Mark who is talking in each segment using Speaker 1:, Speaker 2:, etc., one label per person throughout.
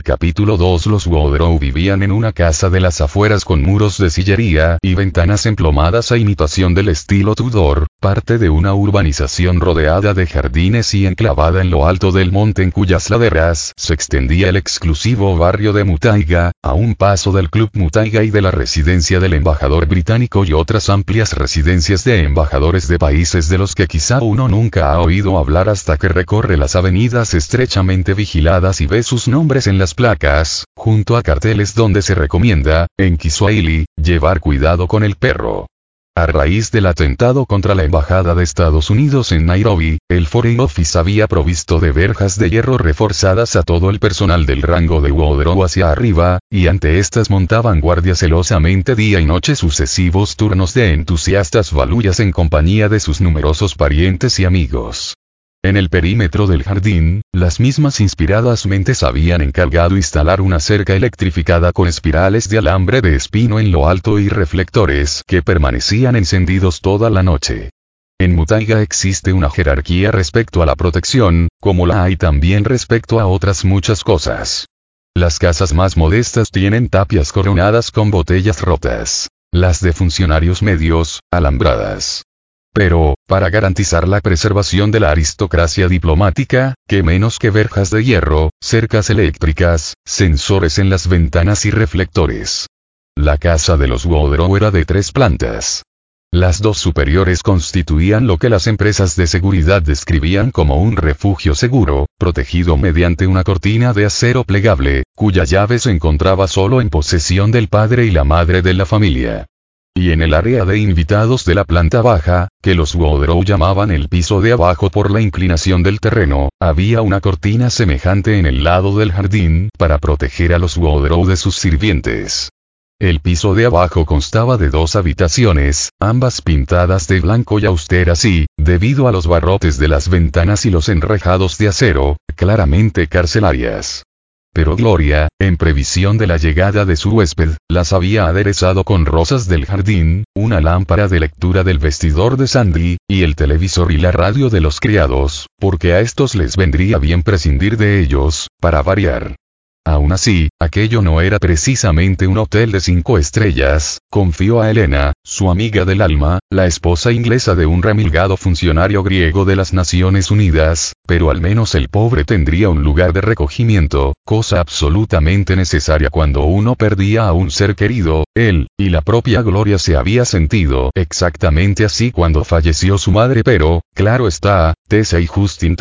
Speaker 1: Capítulo 2. Los Wodrow vivían en una casa de las afueras con muros de sillería y ventanas emplomadas a imitación del estilo Tudor, parte de una urbanización rodeada de jardines y enclavada en lo alto del monte en cuyas laderas se extendía el exclusivo barrio de Mutaiga, a un paso del Club Mutaiga y de la residencia del embajador británico y otras amplias residencias de embajadores de países de los que quizá uno nunca ha oído hablar hasta que recorre las avenidas estrechamente vigiladas y ve sus nombres en las placas, junto a carteles donde se recomienda, en Kiswahili, llevar cuidado con el perro. A raíz del atentado contra la Embajada de Estados Unidos en Nairobi, el Foreign Office había provisto de verjas de hierro reforzadas a todo el personal del rango de Wodrow hacia arriba, y ante estas montaban guardia celosamente día y noche sucesivos turnos de entusiastas balullas en compañía de sus numerosos parientes y amigos. En el perímetro del jardín, las mismas inspiradas mentes habían encargado instalar una cerca electrificada con espirales de alambre de espino en lo alto y reflectores que permanecían encendidos toda la noche. En Mutaiga existe una jerarquía respecto a la protección, como la hay también respecto a otras muchas cosas. Las casas más modestas tienen tapias coronadas con botellas rotas. Las de funcionarios medios, alambradas. Pero, para garantizar la preservación de la aristocracia diplomática, ¿qué menos que verjas de hierro, cercas eléctricas, sensores en las ventanas y reflectores? La casa de los Wodrow era de 3 plantas. Las 2 superiores constituían lo que las empresas de seguridad describían como un refugio seguro, protegido mediante una cortina de acero plegable, cuya llave se encontraba solo en posesión del padre y la madre de la familia. Y en el área de invitados de la planta baja, que los Wodrow llamaban el piso de abajo por la inclinación del terreno, había una cortina semejante en el lado del jardín para proteger a los Wodrow de sus sirvientes. El piso de abajo constaba de 2 habitaciones, ambas pintadas de blanco y austeras y, debido a los barrotes de las ventanas y los enrejados de acero, claramente carcelarias. Pero Gloria, en previsión de la llegada de su huésped, las había aderezado con rosas del jardín, una lámpara de lectura del vestidor de Sandy, y el televisor y la radio de los criados, porque a estos les vendría bien prescindir de ellos, para variar. Aún así, aquello no era precisamente un hotel de 5 estrellas, confió a Helena, su amiga del alma, la esposa inglesa de un remilgado funcionario griego de las Naciones Unidas, pero al menos el pobre tendría un lugar de recogimiento, cosa absolutamente necesaria cuando uno perdía a un ser querido. Él, y la propia Gloria se había sentido exactamente así cuando falleció su madre, pero, claro está, Tessa y Justin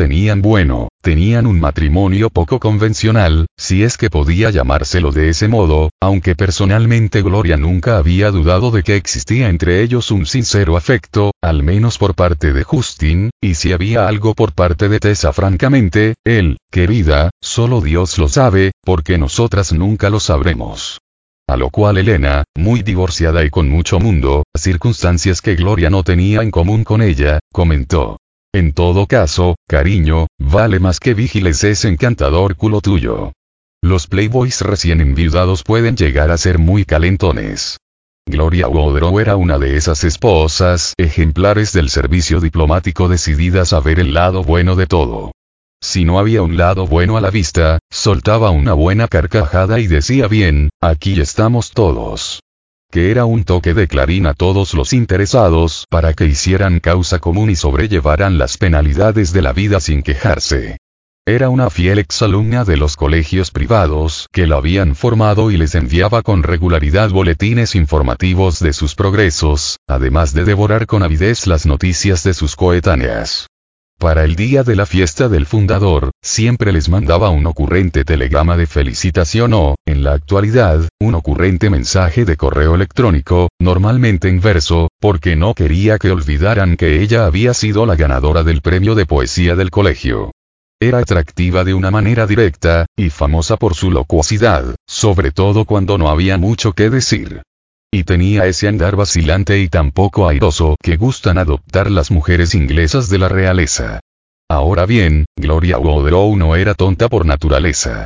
Speaker 1: tenían un matrimonio poco convencional, si es que podía llamárselo de ese modo, aunque personalmente Gloria nunca había dudado de que existía entre ellos un sincero afecto, al menos por parte de Justin, y si había algo por parte de Tessa francamente, querida, solo Dios lo sabe, porque nosotras nunca lo sabremos. A lo cual Helena, muy divorciada y con mucho mundo, circunstancias que Gloria no tenía en común con ella, comentó. En todo caso, cariño, vale más que vigiles ese encantador culo tuyo. Los playboys recién enviudados pueden llegar a ser muy calentones. Gloria Wodrow era una de esas esposas ejemplares del servicio diplomático decididas a ver el lado bueno de todo. Si no había un lado bueno a la vista, soltaba una buena carcajada y decía bien, aquí estamos todos. Que era un toque de clarín a todos los interesados para que hicieran causa común y sobrellevaran las penalidades de la vida sin quejarse. Era una fiel exalumna de los colegios privados que la habían formado y les enviaba con regularidad boletines informativos de sus progresos, además de devorar con avidez las noticias de sus coetáneas. Para el día de la fiesta del fundador, siempre les mandaba un ocurrente telegrama de felicitación o, en la actualidad, un ocurrente mensaje de correo electrónico, normalmente en verso, porque no quería que olvidaran que ella había sido la ganadora del premio de poesía del colegio. Era atractiva de una manera directa, y famosa por su locuacidad, sobre todo cuando no había mucho que decir. Y tenía ese andar vacilante y tan poco airoso que gustan adoptar las mujeres inglesas de la realeza. Ahora bien, Gloria Wodrow no era tonta por naturaleza.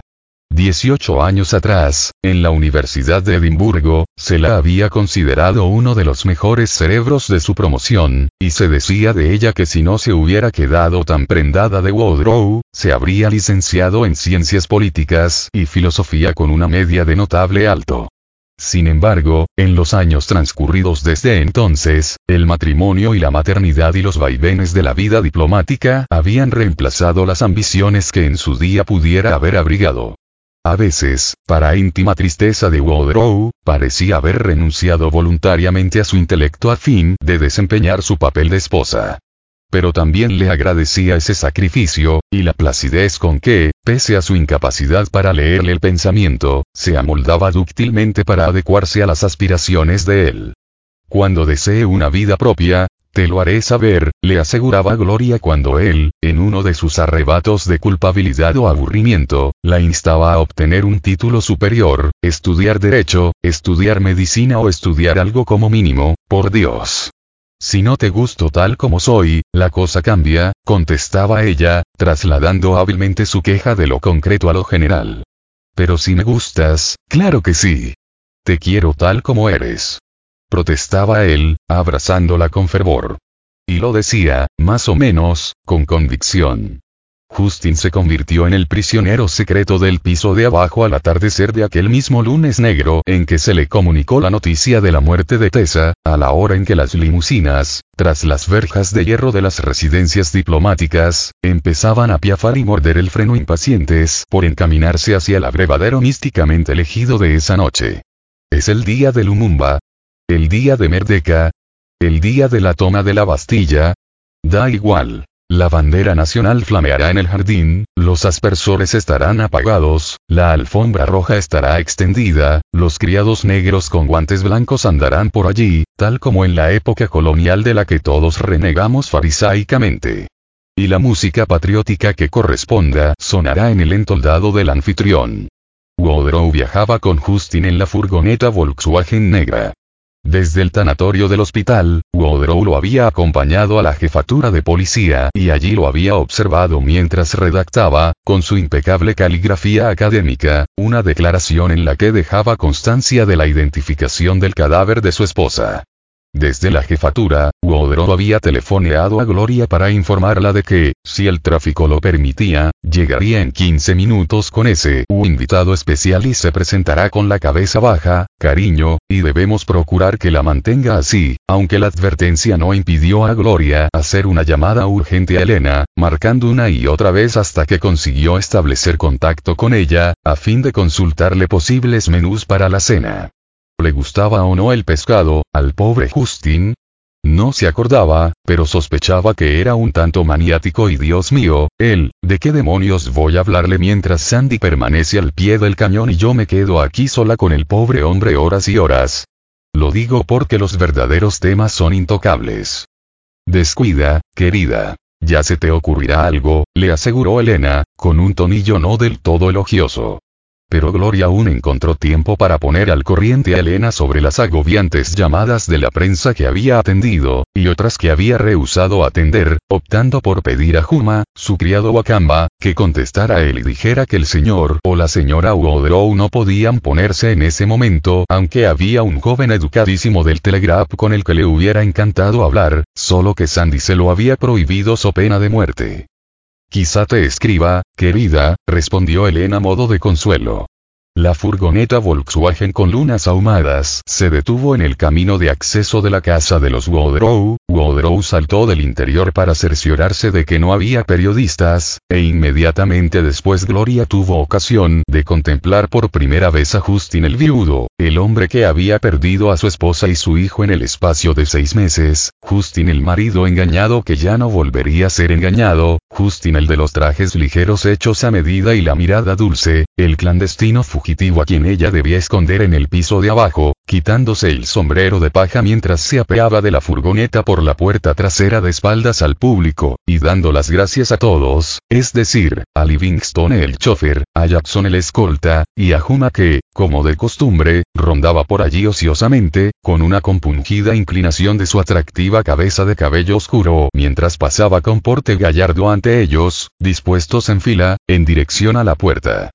Speaker 1: 18 años atrás, en la Universidad de Edimburgo, se la había considerado uno de los mejores cerebros de su promoción, y se decía de ella que si no se hubiera quedado tan prendada de Wodrow, se habría licenciado en Ciencias Políticas y Filosofía con una media de notable alto. Sin embargo, en los años transcurridos desde entonces, el matrimonio y la maternidad y los vaivenes de la vida diplomática habían reemplazado las ambiciones que en su día pudiera haber abrigado. A veces, para íntima tristeza de Wodrow, parecía haber renunciado voluntariamente a su intelecto a fin de desempeñar su papel de esposa. Pero también le agradecía ese sacrificio, y la placidez con que, pese a su incapacidad para leerle el pensamiento, se amoldaba dúctilmente para adecuarse a las aspiraciones de él. Cuando desee una vida propia, te lo haré saber, le aseguraba Gloria cuando él, en uno de sus arrebatos de culpabilidad o aburrimiento, la instaba a obtener un título superior, estudiar derecho, estudiar medicina o estudiar algo como mínimo, por Dios. Si no te gusto tal como soy, la cosa cambia, contestaba ella, trasladando hábilmente su queja de lo concreto a lo general. Pero si me gustas, claro que sí. Te quiero tal como eres. Protestaba él, abrazándola con fervor. Y lo decía, más o menos, con convicción. Justin se convirtió en el prisionero secreto del piso de abajo al atardecer de aquel mismo lunes negro en que se le comunicó la noticia de la muerte de Tessa, a la hora en que las limusinas, tras las verjas de hierro de las residencias diplomáticas, empezaban a piafar y morder el freno impacientes por encaminarse hacia el abrevadero místicamente elegido de esa noche. Es el día de Lumumba. El día de Merdeka. El día de la toma de la Bastilla. Da igual. La bandera nacional flameará en el jardín, los aspersores estarán apagados, la alfombra roja estará extendida, los criados negros con guantes blancos andarán por allí, tal como en la época colonial de la que todos renegamos farisaicamente. Y la música patriótica que corresponda sonará en el entoldado del anfitrión. Wodrow viajaba con Justin en la furgoneta Volkswagen negra. Desde el tanatorio del hospital, Wodrow lo había acompañado a la jefatura de policía y allí lo había observado mientras redactaba, con su impecable caligrafía académica, una declaración en la que dejaba constancia de la identificación del cadáver de su esposa. Desde la jefatura, Wodrow había telefoneado a Gloria para informarla de que, si el tráfico lo permitía, llegaría en 15 minutos con ese invitado especial y se presentará con la cabeza baja, cariño, y debemos procurar que la mantenga así, aunque la advertencia no impidió a Gloria hacer una llamada urgente a Elena, marcando una y otra vez hasta que consiguió establecer contacto con ella, a fin de consultarle posibles menús para la cena. ¿Le gustaba o no el pescado, al pobre Justin? No se acordaba, pero sospechaba que era un tanto maniático y Dios mío, ¿de qué demonios voy a hablarle mientras Sandy permanece al pie del cañón y yo me quedo aquí sola con el pobre hombre horas y horas? Lo digo porque los verdaderos temas son intocables. Descuida, querida. Ya se te ocurrirá algo, le aseguró Elena, con un tonillo no del todo elogioso. Pero Gloria aún encontró tiempo para poner al corriente a Elena sobre las agobiantes llamadas de la prensa que había atendido, y otras que había rehusado atender, optando por pedir a Juma, su criado Wakamba, que contestara a él y dijera que el señor o la señora Wodrow no podían ponerse en ese momento, aunque había un joven educadísimo del Telegraph con el que le hubiera encantado hablar, solo que Sandy se lo había prohibido so pena de muerte. Quizá te escriba, querida, respondió Elena a modo de consuelo. La furgoneta Volkswagen con lunas ahumadas se detuvo en el camino de acceso de la casa de los Wodrow. Wodrow saltó del interior para cerciorarse de que no había periodistas, e inmediatamente después Gloria tuvo ocasión de contemplar por primera vez a Justin el viudo, el hombre que había perdido a su esposa y su hijo en el espacio de 6 meses, Justin el marido engañado que ya no volvería a ser engañado, Justin el de los trajes ligeros hechos a medida y la mirada dulce, el clandestino fugitivo a quien ella debía esconder en el piso de abajo, quitándose el sombrero de paja mientras se apeaba de la furgoneta por la puerta trasera de espaldas al público, y dando las gracias a todos, es decir, a Livingstone el chofer, a Jackson el escolta, y a Juma que, como de costumbre, rondaba por allí ociosamente, con una compungida inclinación de su atractiva cabeza de cabello oscuro mientras pasaba con porte gallardo ante ellos, dispuestos en fila, en dirección a la puerta.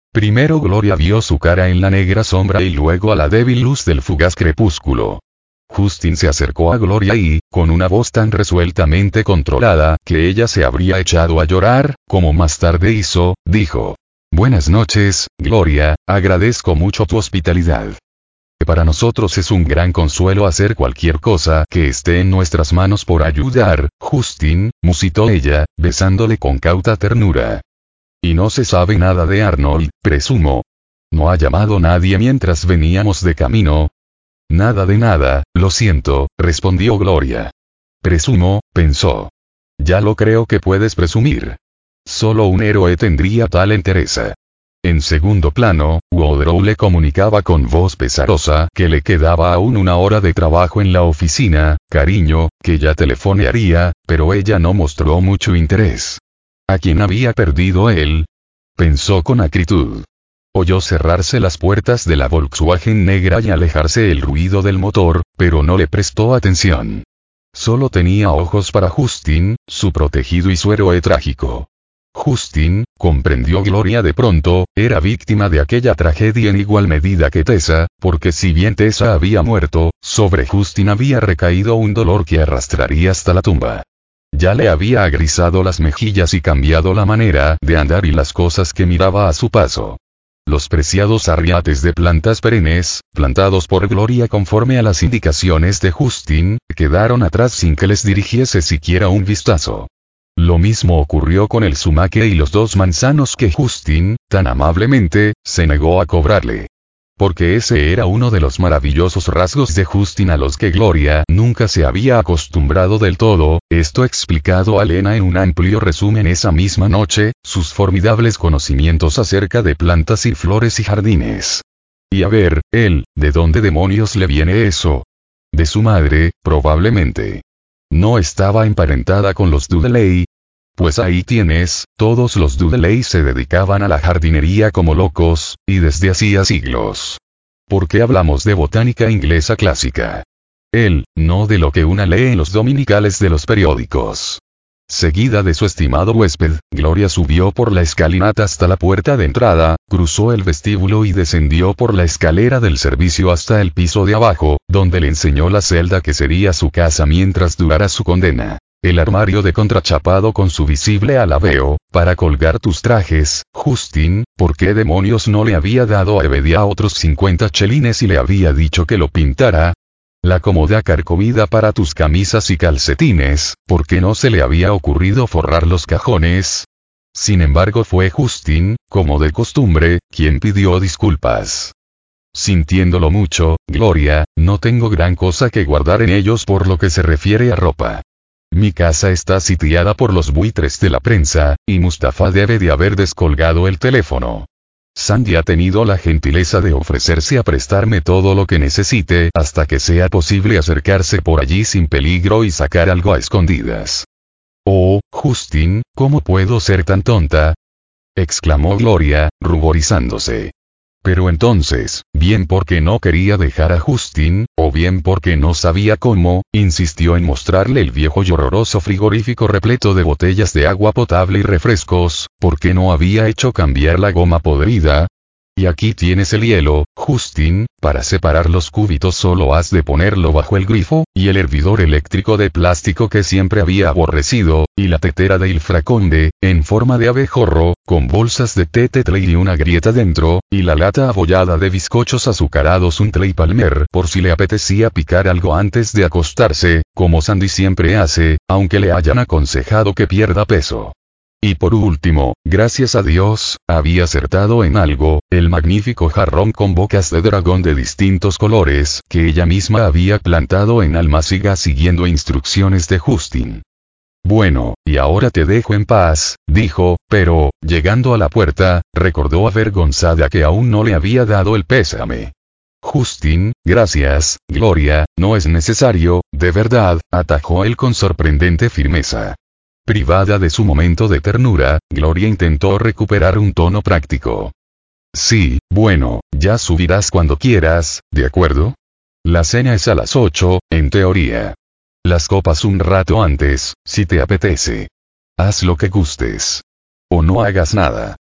Speaker 1: Primero Gloria vio su cara en la negra sombra y luego a la débil luz del fugaz crepúsculo. Justin se acercó a Gloria y, con una voz tan resueltamente controlada que ella se habría echado a llorar, como más tarde hizo, dijo: «Buenas noches, Gloria, agradezco mucho tu hospitalidad. Para nosotros es un gran consuelo hacer cualquier cosa que esté en nuestras manos por ayudar, Justin», musitó ella, besándole con cauta ternura. «Y no se sabe nada de Arnold, presumo. ¿No ha llamado nadie mientras veníamos de camino?» «Nada de nada, lo siento», respondió Gloria. «Presumo», pensó. «Ya lo creo que puedes presumir. Solo un héroe tendría tal entereza». En segundo plano, Woodrow le comunicaba con voz pesarosa que le quedaba aún 1 hora de trabajo en la oficina, cariño, que ya telefonearía, pero ella no mostró mucho interés. ¿A quién había perdido él?, pensó con acritud. Oyó cerrarse las puertas de la Volkswagen negra y alejarse el ruido del motor, pero no le prestó atención. Solo tenía ojos para Justin, su protegido y su héroe trágico. Justin, comprendió Gloria de pronto, era víctima de aquella tragedia en igual medida que Tessa, porque si bien Tessa había muerto, sobre Justin había recaído un dolor que arrastraría hasta la tumba. Ya le había agrisado las mejillas y cambiado la manera de andar y las cosas que miraba a su paso. Los preciados arriates de plantas perennes, plantados por Gloria conforme a las indicaciones de Justin, quedaron atrás sin que les dirigiese siquiera un vistazo. Lo mismo ocurrió con el sumaque y los 2 manzanos que Justin, tan amablemente, se negó a cobrarle. Porque ese era uno de los maravillosos rasgos de Justin a los que Gloria nunca se había acostumbrado del todo, esto explicado a Lena en un amplio resumen esa misma noche, sus formidables conocimientos acerca de plantas y flores y jardines. Y a ver, él, ¿de dónde demonios le viene eso? De su madre, probablemente. ¿No estaba emparentada con los Dudley? Pues ahí tienes, todos los Dudley se dedicaban a la jardinería como locos, y desde hacía siglos. ¿Por qué hablamos de botánica inglesa clásica? Él, no de lo que una lee en los dominicales de los periódicos. Seguida de su estimado huésped, Gloria subió por la escalinata hasta la puerta de entrada, cruzó el vestíbulo y descendió por la escalera del servicio hasta el piso de abajo, donde le enseñó la celda que sería su casa mientras durara su condena. El armario de contrachapado con su visible alabeo, para colgar tus trajes, Justin, ¿por qué demonios no le había dado a Evedia otros 50 chelines y le había dicho que lo pintara? La cómoda carcomida para tus camisas y calcetines, ¿por qué no se le había ocurrido forrar los cajones? Sin embargo fue Justin, como de costumbre, quien pidió disculpas. Sintiéndolo mucho, Gloria, no tengo gran cosa que guardar en ellos por lo que se refiere a ropa. Mi casa está sitiada por los buitres de la prensa, y Mustafa debe de haber descolgado el teléfono. Sandy ha tenido la gentileza de ofrecerse a prestarme todo lo que necesite hasta que sea posible acercarse por allí sin peligro y sacar algo a escondidas. Oh, Justin, ¿cómo puedo ser tan tonta?, exclamó Gloria, ruborizándose. Pero entonces, bien porque no quería dejar a Justin, o bien porque no sabía cómo, insistió en mostrarle el viejo y horroroso frigorífico repleto de botellas de agua potable y refrescos, porque no había hecho cambiar la goma podrida. Y aquí tienes el hielo, Justin, para separar los cúbitos solo has de ponerlo bajo el grifo, y el hervidor eléctrico de plástico que siempre había aborrecido, y la tetera de Ilfraconde, en forma de abejorro, con bolsas de té Tetley y una grieta dentro, y la lata abollada de bizcochos azucarados Huntley Palmer por si le apetecía picar algo antes de acostarse, como Sandy siempre hace, aunque le hayan aconsejado que pierda peso. Y por último, gracias a Dios, había acertado en algo, el magnífico jarrón con bocas de dragón de distintos colores que ella misma había plantado en Almáciga siguiendo instrucciones de Justin. Bueno, y ahora te dejo en paz, dijo, pero, llegando a la puerta, recordó avergonzada que aún no le había dado el pésame. Justin, gracias, Gloria, no es necesario, de verdad, atajó él con sorprendente firmeza. Privada de su momento de ternura, Gloria intentó recuperar un tono práctico. Sí, bueno, ya subirás cuando quieras, ¿de acuerdo? La cena es a las 8, en teoría. Las copas un rato antes, si te apetece. Haz lo que gustes. O no hagas nada.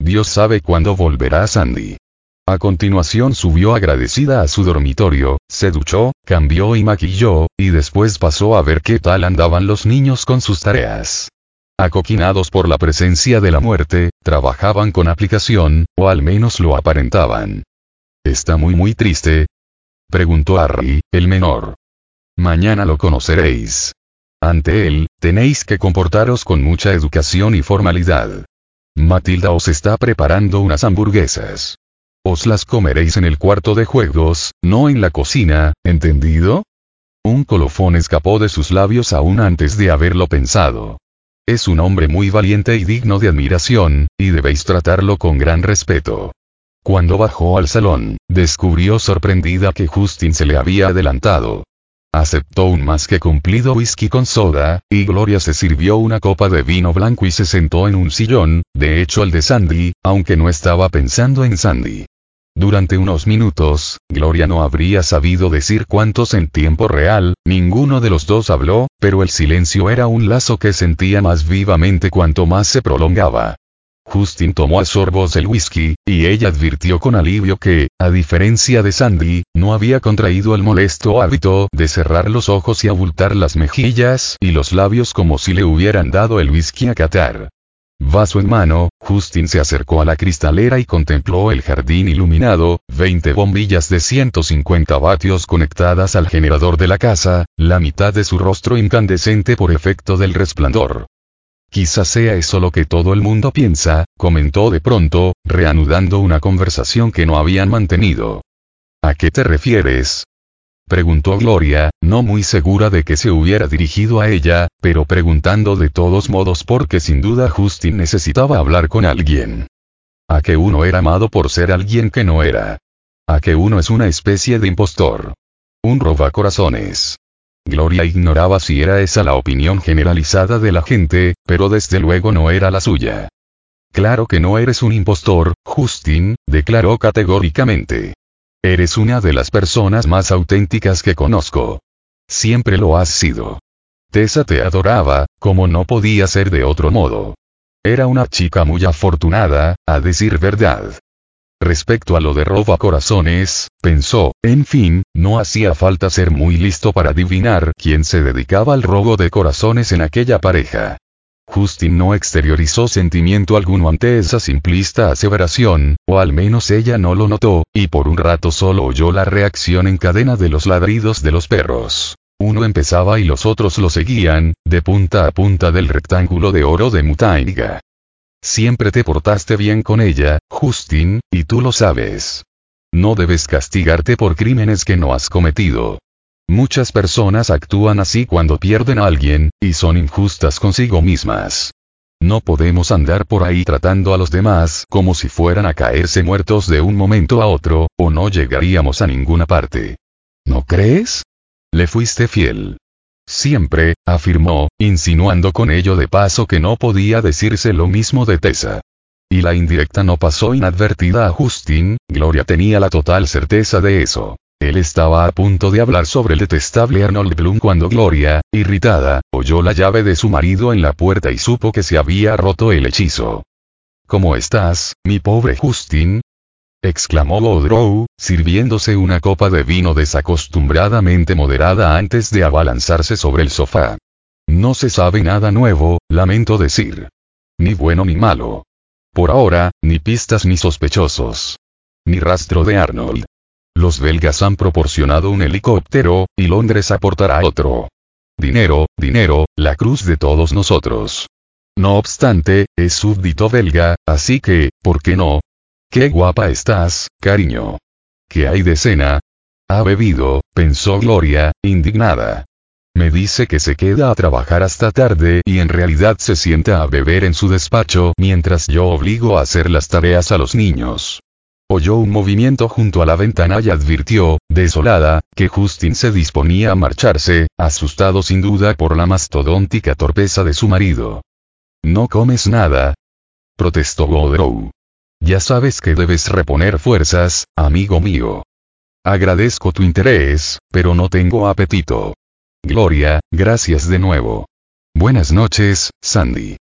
Speaker 1: Dios sabe cuándo volverá Sandy. A continuación subió agradecida a su dormitorio, se duchó, cambió y maquilló, y después pasó a ver qué tal andaban los niños con sus tareas. Acoquinados por la presencia de la muerte, trabajaban con aplicación, o al menos lo aparentaban. ¿Está muy triste?, preguntó Harry, el menor. Mañana lo conoceréis. Ante él, tenéis que comportaros con mucha educación y formalidad. Matilda os está preparando unas hamburguesas. Os las comeréis en el cuarto de juegos, no en la cocina, ¿entendido? Un colofón escapó de sus labios aún antes de haberlo pensado. Es un hombre muy valiente y digno de admiración, y debéis tratarlo con gran respeto. Cuando bajó al salón, descubrió sorprendida que Justin se le había adelantado. Aceptó un más que cumplido whisky con soda, y Gloria se sirvió una copa de vino blanco y se sentó en un sillón, de hecho el de Sandy, aunque no estaba pensando en Sandy. Durante unos minutos, Gloria no habría sabido decir cuántos en tiempo real, ninguno de los dos habló, pero el silencio era un lazo que sentía más vivamente cuanto más se prolongaba. Justin tomó a sorbos el whisky, y ella advirtió con alivio que, a diferencia de Sandy, no había contraído el molesto hábito de cerrar los ojos y abultar las mejillas y los labios como si le hubieran dado el whisky a catar. Vaso en mano, Justin se acercó a la cristalera y contempló el jardín iluminado, 20 bombillas de 150 vatios conectadas al generador de la casa, la mitad de su rostro incandescente por efecto del resplandor. Quizás sea eso lo que todo el mundo piensa, comentó de pronto, reanudando una conversación que no habían mantenido. ¿A qué te refieres?, preguntó Gloria, no muy segura de que se hubiera dirigido a ella, pero preguntando de todos modos porque sin duda Justin necesitaba hablar con alguien. A que uno era amado por ser alguien que no era. A que uno es una especie de impostor. Un robacorazones. Gloria ignoraba si era esa la opinión generalizada de la gente, pero desde luego no era la suya. Claro que no eres un impostor, Justin, declaró categóricamente. Eres una de las personas más auténticas que conozco. Siempre lo has sido. Tessa te adoraba, como no podía ser de otro modo. Era una chica muy afortunada, a decir verdad. Respecto a lo de robacorazones, pensó, en fin, no hacía falta ser muy listo para adivinar quién se dedicaba al robo de corazones en aquella pareja. Justin no exteriorizó sentimiento alguno ante esa simplista aseveración, o al menos ella no lo notó, y por un rato solo oyó la reacción en cadena de los ladridos de los perros. Uno empezaba y los otros lo seguían, de punta a punta del rectángulo de oro de Mutaiga. Siempre te portaste bien con ella, Justin, y tú lo sabes. No debes castigarte por crímenes que no has cometido. Muchas personas actúan así cuando pierden a alguien, y son injustas consigo mismas. No podemos andar por ahí tratando a los demás como si fueran a caerse muertos de un momento a otro, o no llegaríamos a ninguna parte. ¿No crees? Le fuiste fiel. Siempre, afirmó, insinuando con ello de paso que no podía decirse lo mismo de Tessa. Y la indirecta no pasó inadvertida a Justin, Gloria tenía la total certeza de eso. Él estaba a punto de hablar sobre el detestable Arnold Bloom cuando Gloria, irritada, oyó la llave de su marido en la puerta y supo que se había roto el hechizo. ¿Cómo estás, mi pobre Justin?, exclamó Godrow, sirviéndose una copa de vino desacostumbradamente moderada antes de abalanzarse sobre el sofá. No se sabe nada nuevo, lamento decir. Ni bueno ni malo. Por ahora, ni pistas ni sospechosos. Ni rastro de Arnold. Los belgas han proporcionado un helicóptero, y Londres aportará otro. Dinero, dinero, la cruz de todos nosotros. No obstante, es súbdito belga, así que, ¿por qué no? Qué guapa estás, cariño. ¿Qué hay de cena? Ha bebido, pensó Gloria, indignada. Me dice que se queda a trabajar hasta tarde y en realidad se sienta a beber en su despacho mientras yo obligo a hacer las tareas a los niños. Oyó un movimiento junto a la ventana y advirtió, desolada, que Justin se disponía a marcharse, asustado sin duda por la mastodóntica torpeza de su marido. ¿No comes nada?, protestó Godrow. Ya sabes que debes reponer fuerzas, amigo mío. Agradezco tu interés, pero no tengo apetito. Gloria, gracias de nuevo. Buenas noches, Sandy.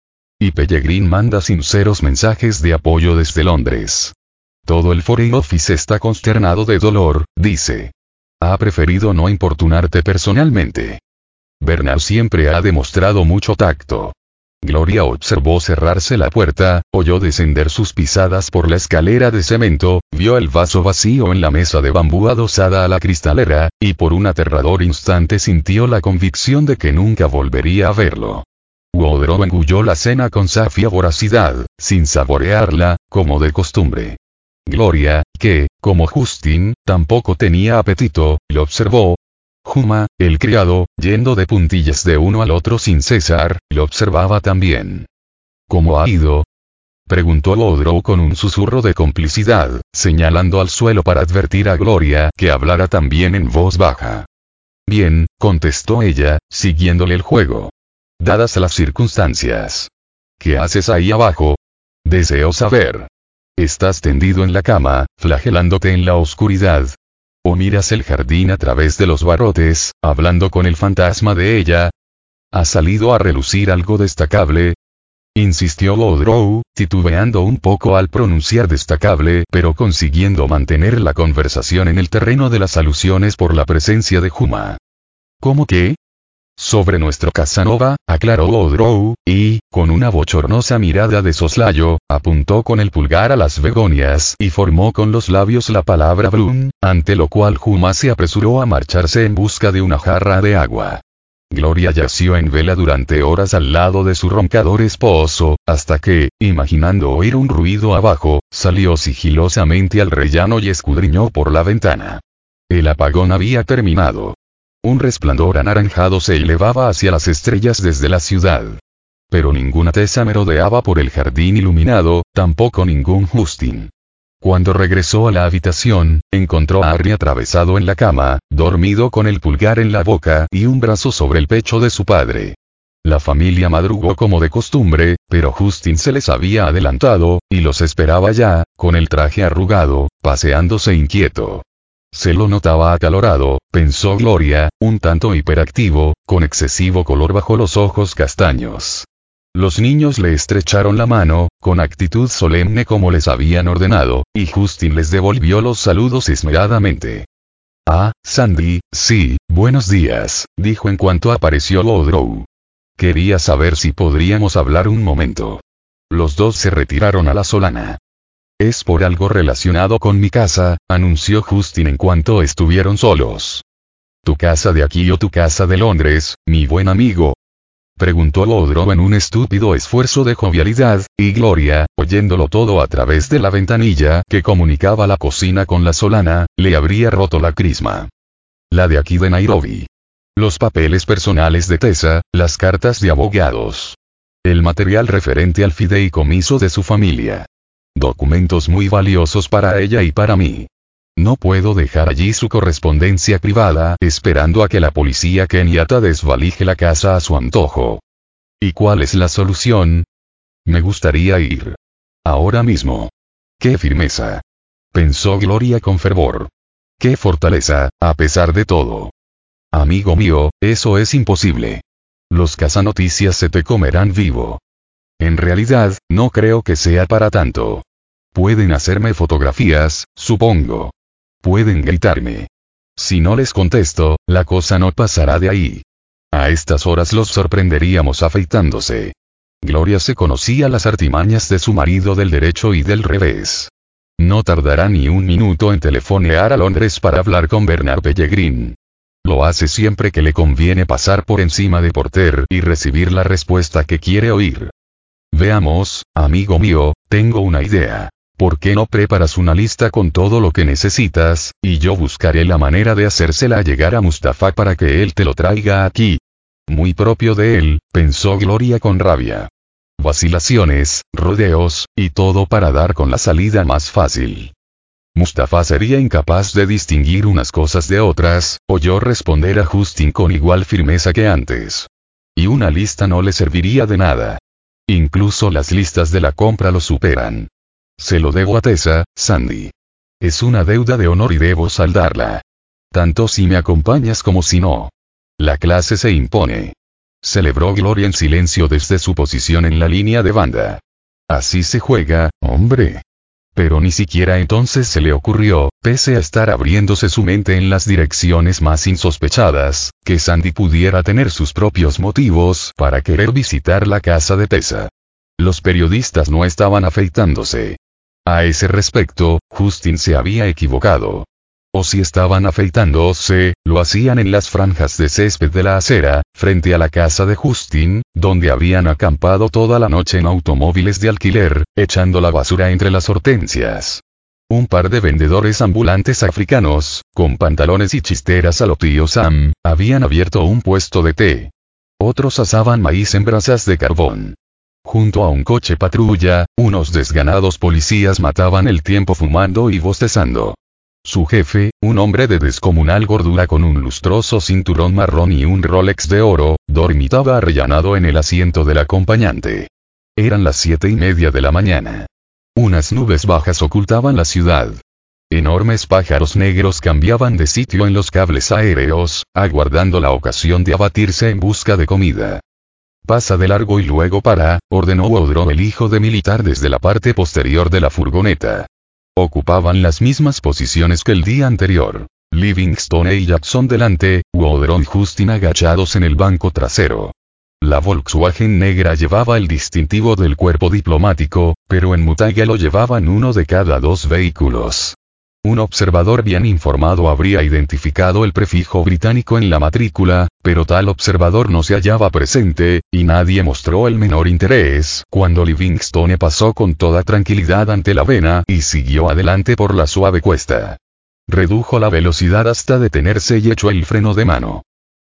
Speaker 1: Y Pellegrin manda sinceros mensajes de apoyo desde Londres. Todo el Foreign Office está consternado de dolor, dice. Ha preferido no importunarte personalmente. Bernard siempre ha demostrado mucho tacto. Gloria observó cerrarse la puerta, oyó descender sus pisadas por la escalera de cemento, vio el vaso vacío en la mesa de bambú adosada a la cristalera, y por un aterrador instante sintió la convicción de que nunca volvería a verlo. Woodrow engulló la cena con safia voracidad, sin saborearla, como de costumbre. Gloria, que, como Justin, tampoco tenía apetito, lo observó. Juma, el criado, yendo de puntillas de uno al otro sin cesar, lo observaba también. ¿Cómo ha ido?, preguntó Woodrow con un susurro de complicidad, señalando al suelo para advertir a Gloria que hablara también en voz baja. Bien, contestó ella, siguiéndole el juego. Dadas las circunstancias. ¿Qué haces ahí abajo? Deseo saber. ¿Estás tendido en la cama, flagelándote en la oscuridad? ¿O miras el jardín a través de los barrotes, hablando con el fantasma de ella? ¿Ha salido a relucir algo destacable? Insistió Woodrow, titubeando un poco al pronunciar destacable, pero consiguiendo mantener la conversación en el terreno de las alusiones por la presencia de Juma. ¿Cómo qué? Sobre nuestro Casanova, aclaró Woodrow, y, con una bochornosa mirada de soslayo, apuntó con el pulgar a las begonias y formó con los labios la palabra Bloom, ante lo cual Juma se apresuró a marcharse en busca de una jarra de agua. Gloria yació en vela durante horas al lado de su roncador esposo, hasta que, imaginando oír un ruido abajo, salió sigilosamente al rellano y escudriñó por la ventana. El apagón había terminado. Un resplandor anaranjado se elevaba hacia las estrellas desde la ciudad. Pero ninguna Tessa merodeaba por el jardín iluminado, tampoco ningún Justin. Cuando regresó a la habitación, encontró a Harry atravesado en la cama, dormido con el pulgar en la boca y un brazo sobre el pecho de su padre. La familia madrugó como de costumbre, pero Justin se les había adelantado, y los esperaba ya, con el traje arrugado, paseándose inquieto. Se lo notaba acalorado, pensó Gloria, un tanto hiperactivo, con excesivo color bajo los ojos castaños. Los niños le estrecharon la mano, con actitud solemne como les habían ordenado, y Justin les devolvió los saludos esmeradamente. Ah, Sandy, sí, buenos días, dijo en cuanto apareció Woodrow. Quería saber si podríamos hablar un momento. Los dos se retiraron a la solana. Es por algo relacionado con mi casa, anunció Justin en cuanto estuvieron solos. ¿Tu casa de aquí o tu casa de Londres, mi buen amigo?, preguntó Woodrow en un estúpido esfuerzo de jovialidad, y Gloria, oyéndolo todo a través de la ventanilla que comunicaba la cocina con la solana, le habría roto la crisma. La de aquí de Nairobi. Los papeles personales de Tessa, las cartas de abogados. El material referente al fideicomiso de su familia. Documentos muy valiosos para ella y para mí. No puedo dejar allí su correspondencia privada esperando a que la policía keniata desvalije la casa a su antojo. ¿Y cuál es la solución? Me gustaría ir. Ahora mismo. ¡Qué firmeza!, pensó Gloria con fervor. ¡Qué fortaleza, a pesar de todo! Amigo mío, eso es imposible. Los cazanoticias se te comerán vivo. En realidad, no creo que sea para tanto. Pueden hacerme fotografías, supongo. Pueden gritarme. Si no les contesto, la cosa no pasará de ahí. A estas horas los sorprenderíamos afeitándose. Gloria se conocía las artimañas de su marido del derecho y del revés. No tardará ni un minuto en telefonear a Londres para hablar con Bernard Pellegrin. Lo hace siempre que le conviene pasar por encima de Porter y recibir la respuesta que quiere oír. Veamos, amigo mío, tengo una idea. ¿Por qué no preparas una lista con todo lo que necesitas, y yo buscaré la manera de hacérsela llegar a Mustafa para que él te lo traiga aquí? Muy propio de él, pensó Gloria con rabia. Vacilaciones, rodeos, y todo para dar con la salida más fácil. Mustafa sería incapaz de distinguir unas cosas de otras, oyó responder a Justin con igual firmeza que antes. Y una lista no le serviría de nada. Incluso las listas de la compra lo superan. Se lo debo a Tessa, Sandy. Es una deuda de honor y debo saldarla. Tanto si me acompañas como si no. La clase se impone. celebró Gloria en silencio desde su posición en la línea de banda. Así se juega, hombre. Pero ni siquiera entonces se le ocurrió, pese a estar abriéndose su mente en las direcciones más insospechadas, que Sandy pudiera tener sus propios motivos para querer visitar la casa de Tessa. Los periodistas no estaban afeitándose. A ese respecto, Justin se había equivocado. O si estaban afeitándose, lo hacían en las franjas de césped de la acera, frente a la casa de Justin, donde habían acampado toda la noche en automóviles de alquiler, echando la basura entre las hortensias. Un par de vendedores ambulantes africanos, con pantalones y chisteras a lo tío Sam, habían abierto un puesto de té. Otros asaban maíz en brasas de carbón. Junto a un coche patrulla, unos desganados policías mataban el tiempo fumando y bostezando. Su jefe, un hombre de descomunal gordura con un lustroso cinturón marrón y un Rolex de oro, dormitaba arrellanado en el asiento del acompañante. Eran las 7:30 de la mañana. Unas nubes bajas ocultaban la ciudad. Enormes pájaros negros cambiaban de sitio en los cables aéreos, aguardando la ocasión de abatirse en busca de comida. Pasa de largo y luego para, ordenó Woodrow el hijo de militar desde la parte posterior de la furgoneta. Ocupaban las mismas posiciones que el día anterior. Livingstone y Jackson delante, Woodrow y Justin agachados en el banco trasero. La Volkswagen negra llevaba el distintivo del cuerpo diplomático, pero en Mutaiga lo llevaban uno de cada dos vehículos. Un observador bien informado habría identificado el prefijo británico en la matrícula, pero tal observador no se hallaba presente, y nadie mostró el menor interés cuando Livingstone pasó con toda tranquilidad ante la avena y siguió adelante por la suave cuesta. Redujo la velocidad hasta detenerse y echó el freno de mano.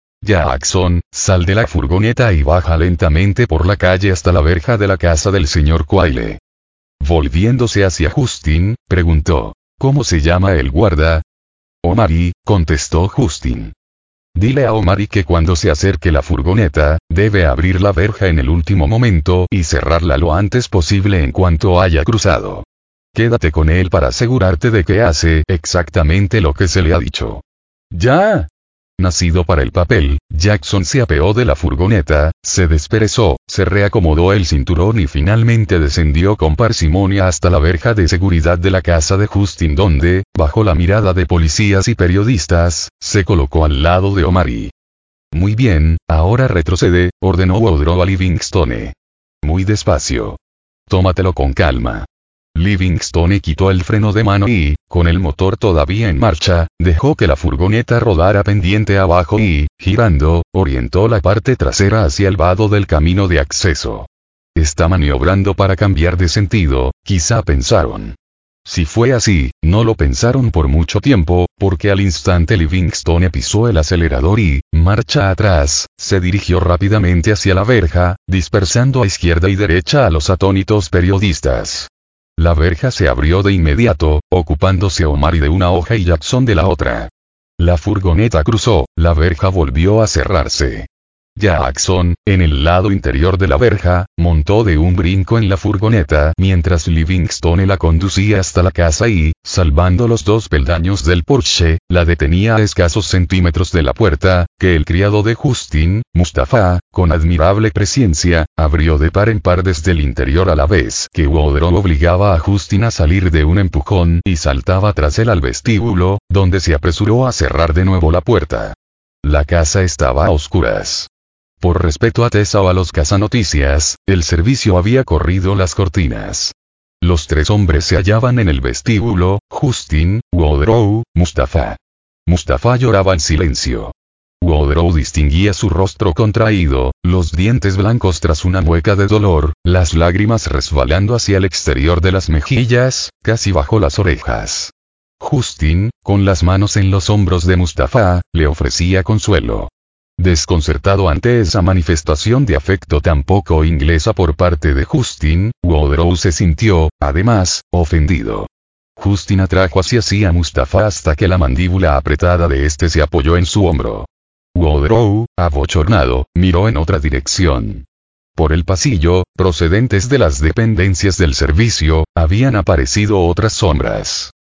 Speaker 1: Jackson, sal de la furgoneta y baja lentamente por la calle hasta la verja de la casa del señor Quayle. Volviéndose hacia Justin, preguntó. ¿Cómo se llama el guarda? Omari, contestó Justin. Dile a Omari que cuando se acerque la furgoneta, debe abrir la verja en el último momento y cerrarla lo antes posible en cuanto haya cruzado. Quédate con él para asegurarte de que hace exactamente lo que se le ha dicho. ¡Ya! Nacido para el papel, Jackson se apeó de la furgoneta, se desperezó, se reacomodó el cinturón y finalmente descendió con parsimonia hasta la verja de seguridad de la casa de Justin donde, bajo la mirada de policías y periodistas, se colocó al lado de Omari. Muy bien, ahora retrocede, ordenó Woodrow a Livingstone. Muy despacio. Tómatelo con calma. Livingstone quitó el freno de mano y, con el motor todavía en marcha, dejó que la furgoneta rodara pendiente abajo y, girando, orientó la parte trasera hacia el vado del camino de acceso. Está maniobrando para cambiar de sentido, quizá pensaron. Si fue así, no lo pensaron por mucho tiempo, porque al instante Livingstone pisó el acelerador y, marcha atrás, se dirigió rápidamente hacia la verja, dispersando a izquierda y derecha a los atónitos periodistas. La verja se abrió de inmediato, ocupándose Omari de una hoja y Jackson de la otra. La furgoneta cruzó, la verja volvió a cerrarse. Jackson, en el lado interior de la verja, montó de un brinco en la furgoneta mientras Livingstone la conducía hasta la casa y, salvando los 2 peldaños del porche, la detenía a escasos centímetros de la puerta, que el criado de Justin, Mustafa, con admirable presciencia, abrió de par en par desde el interior a la vez que Woodrow obligaba a Justin a salir de un empujón y saltaba tras él al vestíbulo, donde se apresuró a cerrar de nuevo la puerta. La casa estaba a oscuras. Por respeto a Tessa o a los cazanoticias, el servicio había corrido las cortinas. Los 3 hombres se hallaban en el vestíbulo, Justin, Woodrow, Mustafa. Mustafa lloraba en silencio. Woodrow distinguía su rostro contraído, los dientes blancos tras una mueca de dolor, las lágrimas resbalando hacia el exterior de las mejillas, casi bajo las orejas. Justin, con las manos en los hombros de Mustafa, le ofrecía consuelo. Desconcertado ante esa manifestación de afecto tan poco inglesa por parte de Justin, Woodrow se sintió, además, ofendido. Justin atrajo hacia sí a Mustafa hasta que la mandíbula apretada de este se apoyó en su hombro. Woodrow, abochornado, miró en otra dirección. Por el pasillo, procedentes de las dependencias del servicio, habían aparecido otras sombras.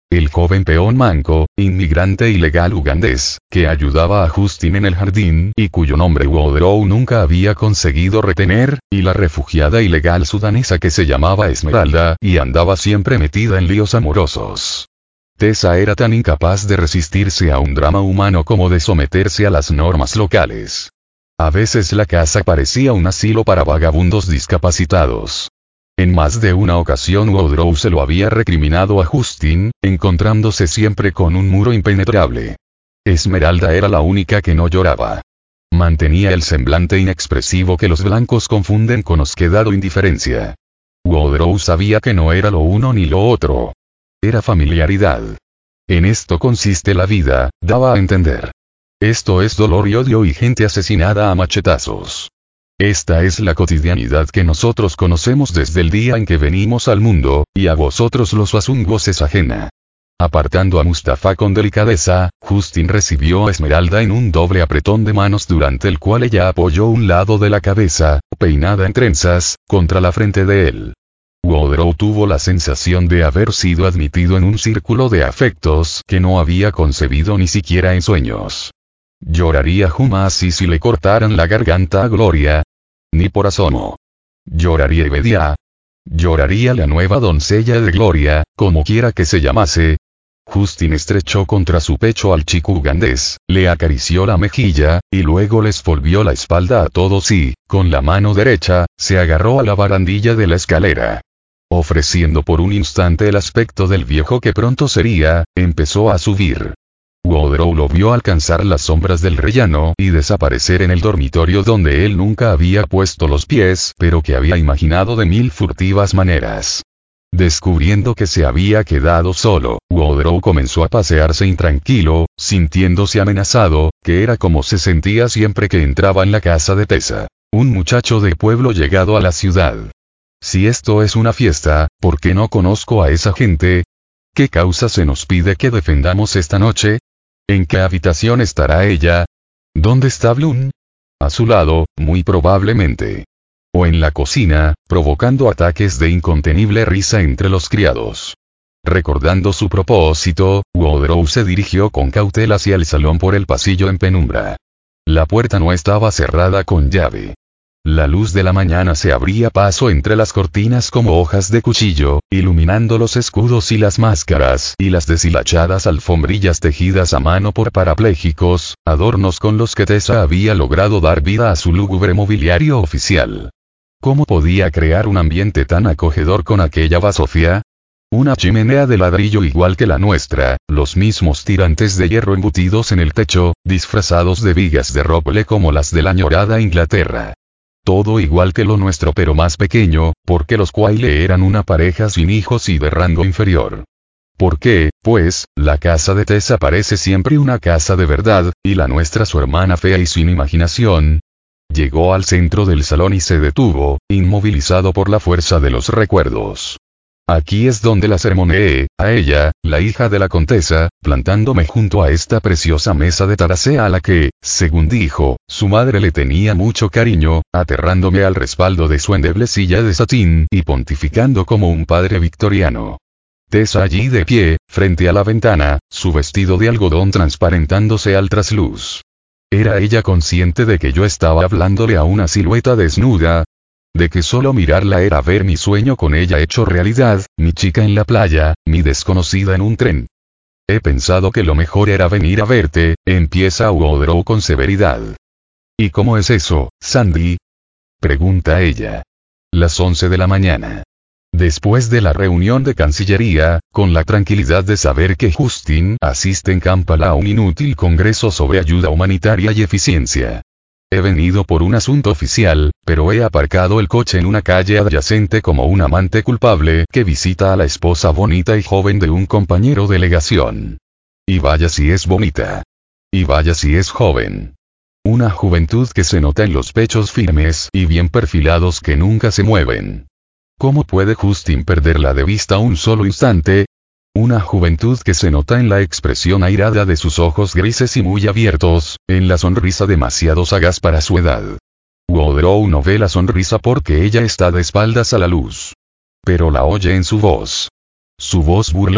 Speaker 1: El joven peón manco, inmigrante ilegal ugandés, que ayudaba a Justin en el jardín y cuyo nombre Woodrow nunca había conseguido retener, y la refugiada ilegal sudanesa que se llamaba Esmeralda y andaba siempre metida en líos amorosos. Tessa era tan incapaz de resistirse a un drama humano como de someterse a las normas locales. A veces la casa parecía un asilo para vagabundos discapacitados. En más de una ocasión Woodrow se lo había recriminado a Justin, encontrándose siempre con un muro impenetrable. Esmeralda era la única que no lloraba. Mantenía el semblante inexpresivo que los blancos confunden con osquedad o indiferencia. Woodrow sabía que no era lo uno ni lo otro. Era familiaridad. En esto consiste la vida, daba a entender. Esto es dolor y odio y gente asesinada a machetazos. Esta es la cotidianidad que nosotros conocemos desde el día en que venimos al mundo, y a vosotros los wasungos es ajena. Apartando a Mustafa con delicadeza, Justin recibió a Esmeralda en un doble apretón de manos durante el cual ella apoyó un lado de la cabeza, peinada en trenzas, contra la frente de él. Woodrow tuvo la sensación de haber sido admitido en un círculo de afectos que no había concebido ni siquiera en sueños. ¿Lloraría Humasi si le cortaran la garganta a Gloria? Ni por asomo. ¿Lloraría Ibedia? ¿Lloraría la nueva doncella de Gloria, como quiera que se llamase? Justin estrechó contra su pecho al chico ugandés, le acarició la mejilla, y luego les volvió la espalda a todos y, con la mano derecha, se agarró a la barandilla de la escalera. Ofreciendo por un instante el aspecto del viejo que pronto sería, empezó a subir. Woodrow lo vio alcanzar las sombras del rellano y desaparecer en el dormitorio donde él nunca había puesto los pies, pero que había imaginado de mil furtivas maneras. Descubriendo que se había quedado solo, Woodrow comenzó a pasearse intranquilo, sintiéndose amenazado, que era como se sentía siempre que entraba en la casa de Tessa, un muchacho de pueblo llegado a la ciudad. Si esto es una fiesta, ¿por qué no conozco a esa gente? ¿Qué causa se nos pide que defendamos esta noche? ¿En qué habitación estará ella? ¿Dónde está Bloom? A su lado, muy probablemente. O en la cocina, provocando ataques de incontenible risa entre los criados. Recordando su propósito, Woodrow se dirigió con cautela hacia el salón por el pasillo en penumbra. La puerta no estaba cerrada con llave. La luz de la mañana se abría paso entre las cortinas como hojas de cuchillo, iluminando los escudos y las máscaras y las deshilachadas alfombrillas tejidas a mano por parapléjicos, adornos con los que Tessa había logrado dar vida a su lúgubre mobiliario oficial. ¿Cómo podía crear un ambiente tan acogedor con aquella basofia? Una chimenea de ladrillo igual que la nuestra, los mismos tirantes de hierro embutidos en el techo, disfrazados de vigas de roble como las de la añorada Inglaterra. Todo igual que lo nuestro pero más pequeño, porque los Quayle eran una pareja sin hijos y de rango inferior. ¿Por qué, pues, la casa de Tessa parece siempre una casa de verdad, y la nuestra su hermana fea y sin imaginación? Llegó al centro del salón y se detuvo, inmovilizado por la fuerza de los recuerdos. Aquí es donde la sermoneé, a ella, la hija de la condesa, plantándome junto a esta preciosa mesa de taracea a la que, según dijo, su madre le tenía mucho cariño, aterrándome al respaldo de su endeble silla de satín y pontificando como un padre victoriano. Tessa allí de pie, frente a la ventana, su vestido de algodón transparentándose al trasluz. ¿Era ella consciente de que yo estaba hablándole a una silueta desnuda? De que solo mirarla era ver mi sueño con ella hecho realidad, mi chica en la playa, mi desconocida en un tren. He pensado que lo mejor era venir a verte, empieza Woodrow con severidad. ¿Y cómo es eso, Sandy? Pregunta ella. Las 11 de la mañana. Después de la reunión de Cancillería, con la tranquilidad de saber que Justin asiste en Kampala a un inútil congreso sobre ayuda humanitaria y eficiencia. He venido por un asunto oficial, pero he aparcado el coche en una calle adyacente como un amante culpable que visita a la esposa bonita y joven de un compañero de legación. Y vaya si es bonita. Y vaya si es joven. Una juventud que se nota en los pechos firmes y bien perfilados que nunca se mueven. ¿Cómo puede Justin perderla de vista un solo instante? Una juventud que se nota en la expresión airada de sus ojos grises y muy abiertos, en la sonrisa demasiado sagaz para su edad. Woodrow no ve la sonrisa porque ella está de espaldas a la luz. Pero la oye en su voz. Su voz burlona,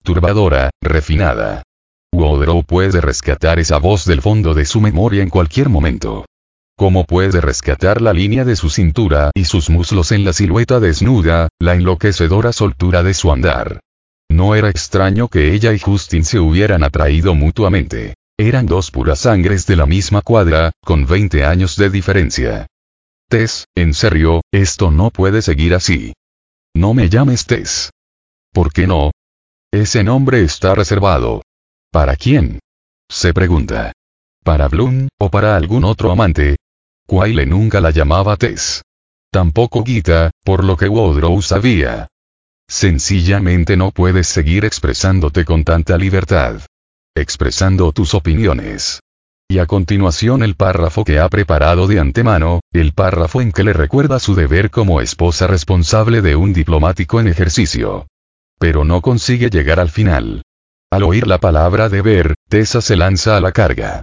Speaker 1: perturbadora, refinada. Woodrow puede rescatar esa voz del fondo de su memoria en cualquier momento. Como puede rescatar la línea de su cintura y sus muslos en la silueta desnuda, la enloquecedora soltura de su andar. No era extraño que ella y Justin se hubieran atraído mutuamente. Eran dos puras sangres de la misma cuadra, con 20 años de diferencia. Tess, en serio, esto no puede seguir así. No me llames Tess. ¿Por qué no? Ese nombre está reservado. ¿Para quién? Se pregunta. ¿Para Bloom, o para algún otro amante? Quayle nunca la llamaba Tess. Tampoco Gita, por lo que Woodrow sabía. Sencillamente no puedes seguir expresándote con tanta libertad. Expresando tus opiniones. Y a continuación el párrafo que ha preparado de antemano, el párrafo en que le recuerda su deber como esposa responsable de un diplomático en ejercicio. Pero no consigue llegar al final. Al oír la palabra deber, Tessa se lanza a la carga.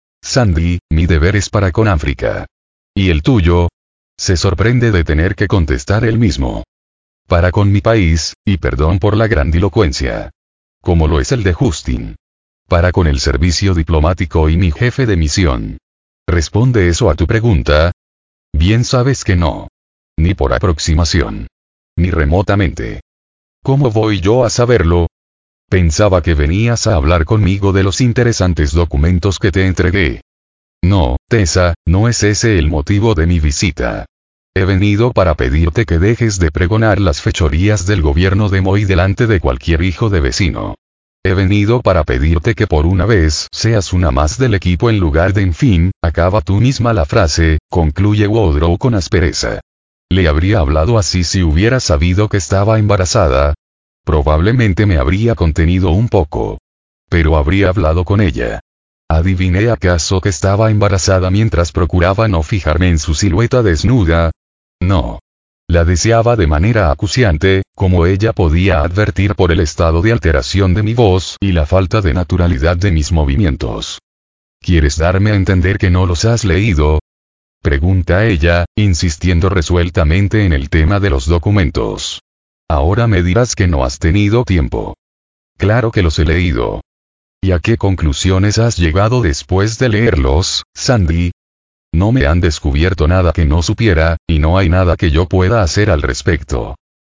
Speaker 1: Sandy, mi deber es para con África. ¿Y el tuyo? Se sorprende de tener que contestar él mismo. Para con mi país, y perdón por la grandilocuencia. Como lo es el de Justin. Para con el servicio diplomático y mi jefe de misión. ¿Responde eso a tu pregunta? Bien sabes que no. Ni por aproximación. Ni remotamente. ¿Cómo voy yo a saberlo? Pensaba que venías a hablar conmigo de los interesantes documentos que te entregué. No, Tessa, no es ese el motivo de mi visita. He venido para pedirte que dejes de pregonar las fechorías del gobierno de Moy delante de cualquier hijo de vecino. He venido para pedirte que por una vez seas una más del equipo en lugar de en fin, acaba tú misma la frase, concluye Woodrow con aspereza. ¿Le habría hablado así si hubiera sabido que estaba embarazada? Probablemente me habría contenido un poco. Pero habría hablado con ella. ¿Adiviné acaso que estaba embarazada mientras procuraba no fijarme en su silueta desnuda? No. La deseaba de manera acuciante, como ella podía advertir por el estado de alteración de mi voz y la falta de naturalidad de mis movimientos. ¿Quieres darme a entender que no los has leído? Pregunta ella, insistiendo resueltamente en el tema de los documentos. Ahora me dirás que no has tenido tiempo. Claro que los he leído. ¿Y a qué conclusiones has llegado después de leerlos, Sandy? No me han descubierto nada que no supiera, y no hay nada que yo pueda hacer al respecto.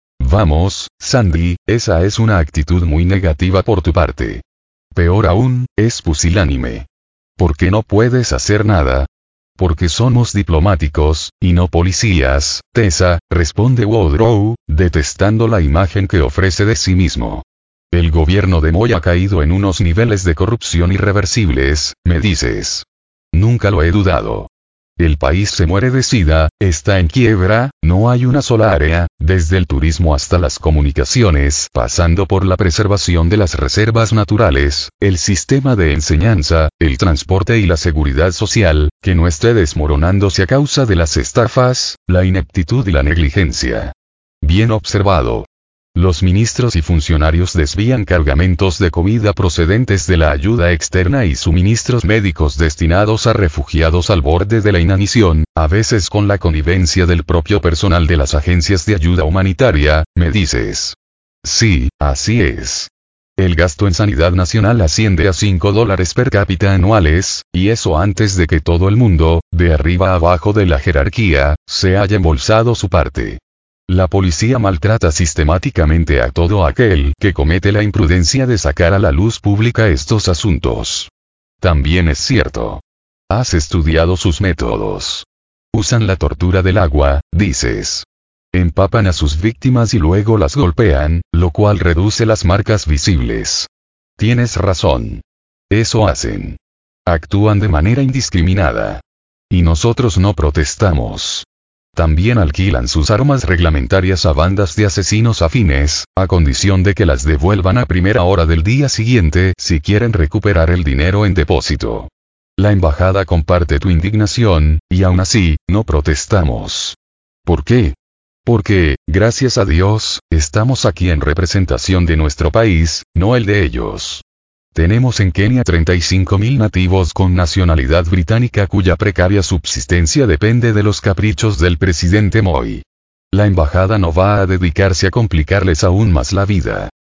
Speaker 1: Vamos, Sandy, esa es una actitud muy negativa por tu parte. Peor aún, es pusilánime. ¿Por qué no puedes hacer nada? Porque somos diplomáticos, y no policías, Tessa, responde Woodrow, detestando la imagen que ofrece de sí mismo. El gobierno de Moy ha caído en unos niveles de corrupción irreversibles, me dices. Nunca lo he dudado. El país se muere de sida, está en quiebra, no hay una sola área, desde el turismo hasta las comunicaciones, pasando por la preservación de las reservas naturales, el sistema de enseñanza, el transporte y la seguridad social, que no esté desmoronándose a causa de las estafas, la ineptitud y la negligencia. Bien observado. Los ministros y funcionarios desvían cargamentos de comida procedentes de la ayuda externa y suministros médicos destinados a refugiados al borde de la inanición, a veces con la connivencia del propio personal de las agencias de ayuda humanitaria, me dices. Sí, así es. El gasto en sanidad nacional asciende a $5 per cápita anuales, y eso antes de que todo el mundo, de arriba a abajo de la jerarquía, se haya embolsado su parte. La policía maltrata sistemáticamente a todo aquel que comete la imprudencia de sacar a la luz pública estos asuntos. También es cierto. Has estudiado sus métodos. Usan la tortura del agua, dices. Empapan a sus víctimas y luego las golpean, lo cual reduce las marcas visibles. Tienes razón. Eso hacen. Actúan de manera indiscriminada. Y nosotros no protestamos. También alquilan sus armas reglamentarias a bandas de asesinos afines, a condición de que las devuelvan a primera hora del día siguiente si quieren recuperar el dinero en depósito. La embajada comparte tu indignación, y aún así, no protestamos. ¿Por qué? Porque, gracias a Dios, estamos aquí en representación de nuestro país, no el de ellos. Tenemos en Kenia 35.000 nativos con nacionalidad británica cuya precaria subsistencia depende de los caprichos del presidente Moy. La embajada no va a dedicarse a complicarles aún más la vida.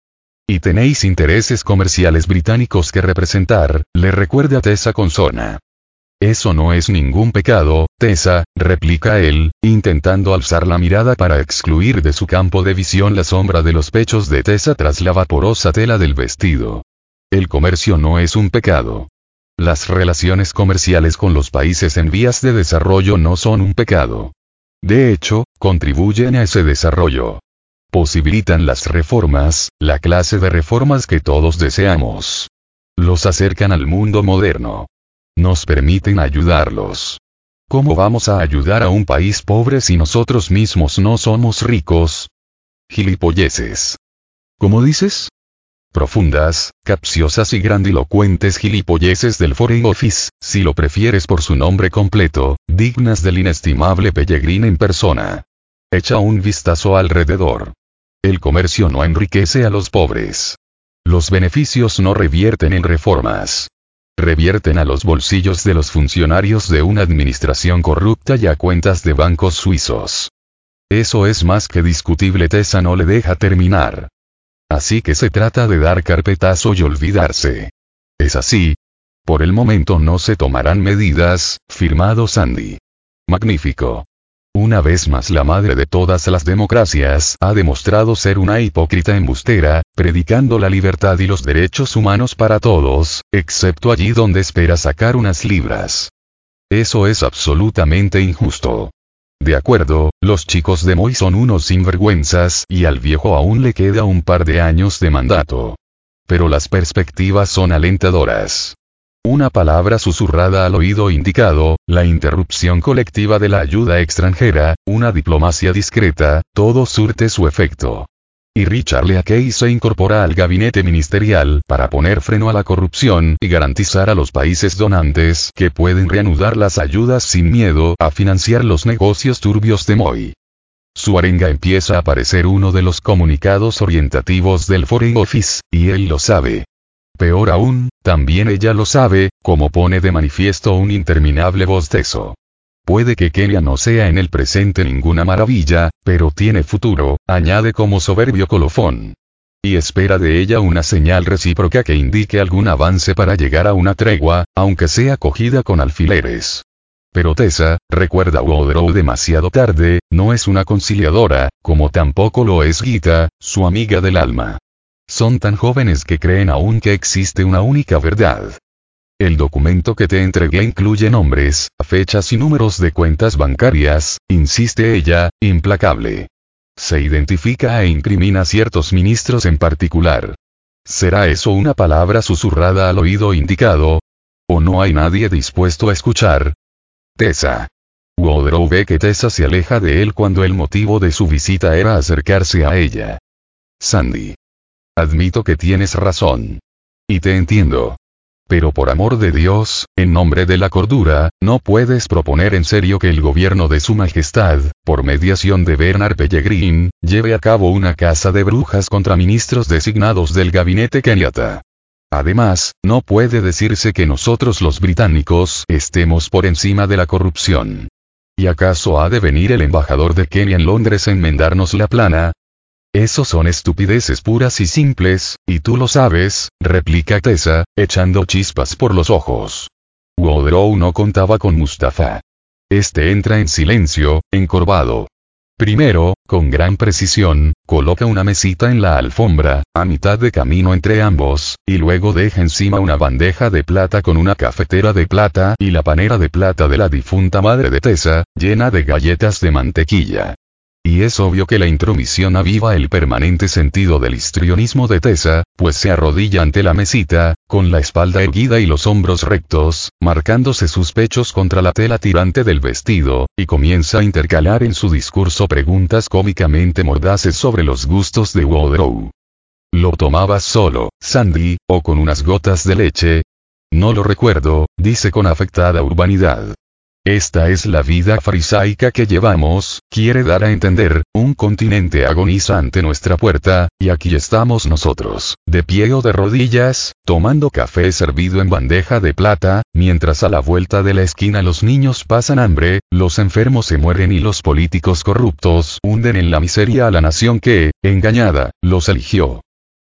Speaker 1: Y tenéis intereses comerciales británicos que representar, le recuerda Tessa con sorna. Eso no es ningún pecado, Tessa, replica él, intentando alzar la mirada para excluir de su campo de visión la sombra de los pechos de Tessa tras la vaporosa tela del vestido. El comercio no es un pecado. Las relaciones comerciales con los países en vías de desarrollo no son un pecado. De hecho, contribuyen a ese desarrollo. Posibilitan las reformas, la clase de reformas que todos deseamos. Los acercan al mundo moderno. Nos permiten ayudarlos. ¿Cómo vamos a ayudar a un país pobre si nosotros mismos no somos ricos? Gilipolleces. ¿Cómo dices? Profundas, capciosas y grandilocuentes gilipolleces del Foreign Office, si lo prefieres por su nombre completo, dignas del inestimable Pellegrini en persona. Echa un vistazo alrededor. El comercio no enriquece a los pobres. Los beneficios no revierten en reformas. Revierten a los bolsillos de los funcionarios de una administración corrupta y a cuentas de bancos suizos. Eso es más que discutible. Tessa no le deja terminar. Así que se trata de dar carpetazo y olvidarse. ¿Es así? Por el momento no se tomarán medidas, firmado Sandy. Magnífico. Una vez más la madre de todas las democracias ha demostrado ser una hipócrita embustera, predicando la libertad y los derechos humanos para todos, excepto allí donde espera sacar unas libras. Eso es absolutamente injusto. De acuerdo, los chicos de Moy son unos sinvergüenzas y al viejo aún le queda un par de años de mandato. Pero las perspectivas son alentadoras. Una palabra susurrada al oído indicado, la interrupción colectiva de la ayuda extranjera, una diplomacia discreta, todo surte su efecto. Y Richard Leakey se incorpora al gabinete ministerial para poner freno a la corrupción y garantizar a los países donantes que pueden reanudar las ayudas sin miedo a financiar los negocios turbios de Moy. Su arenga empieza a parecer uno de los comunicados orientativos del Foreign Office, y él lo sabe. Peor aún, también ella lo sabe, como pone de manifiesto un interminable bostezo. Puede que Kenia no sea en el presente ninguna maravilla, pero tiene futuro, añade como soberbio colofón. Y espera de ella una señal recíproca que indique algún avance para llegar a una tregua, aunque sea cogida con alfileres. Pero Tessa, recuerda Woodrow demasiado tarde, no es una conciliadora, como tampoco lo es Gita, su amiga del alma. Son tan jóvenes que creen aún que existe una única verdad. El documento que te entregué incluye nombres, fechas y números de cuentas bancarias, insiste ella, implacable. Se identifica e incrimina a ciertos ministros en particular. ¿Será eso una palabra susurrada al oído indicado? ¿O no hay nadie dispuesto a escuchar? Tessa. Woodrow ve que Tessa se aleja de él cuando el motivo de su visita era acercarse a ella. Sandy. Admito que tienes razón. Y te entiendo. Pero por amor de Dios, en nombre de la cordura, no puedes proponer en serio que el gobierno de su majestad, por mediación de Bernard Pellegrini, lleve a cabo una caza de brujas contra ministros designados del gabinete Kenyatta. Además, no puede decirse que nosotros los británicos estemos por encima de la corrupción. ¿Y acaso ha de venir el embajador de Kenia en Londres a enmendarnos la plana? Esos son estupideces puras y simples, y tú lo sabes, replica Tessa, echando chispas por los ojos. Woodrow no contaba con Mustafa. Este entra en silencio, encorvado. Primero, con gran precisión, coloca una mesita en la alfombra, a mitad de camino entre ambos, y luego deja encima una bandeja de plata con una cafetera de plata y la panera de plata de la difunta madre de Tessa, llena de galletas de mantequilla. Y es obvio que la intromisión aviva el permanente sentido del histrionismo de Tessa, pues se arrodilla ante la mesita, con la espalda erguida y los hombros rectos, marcándose sus pechos contra la tela tirante del vestido, y comienza a intercalar en su discurso preguntas cómicamente mordaces sobre los gustos de Woodrow. ¿Lo tomabas solo, Sandy, o con unas gotas de leche? No lo recuerdo, dice con afectada urbanidad. Esta es la vida farisaica que llevamos, quiere dar a entender, un continente agoniza ante nuestra puerta, y aquí estamos nosotros, de pie o de rodillas, tomando café servido en bandeja de plata, mientras a la vuelta de la esquina los niños pasan hambre, los enfermos se mueren y los políticos corruptos hunden en la miseria a la nación que, engañada, los eligió.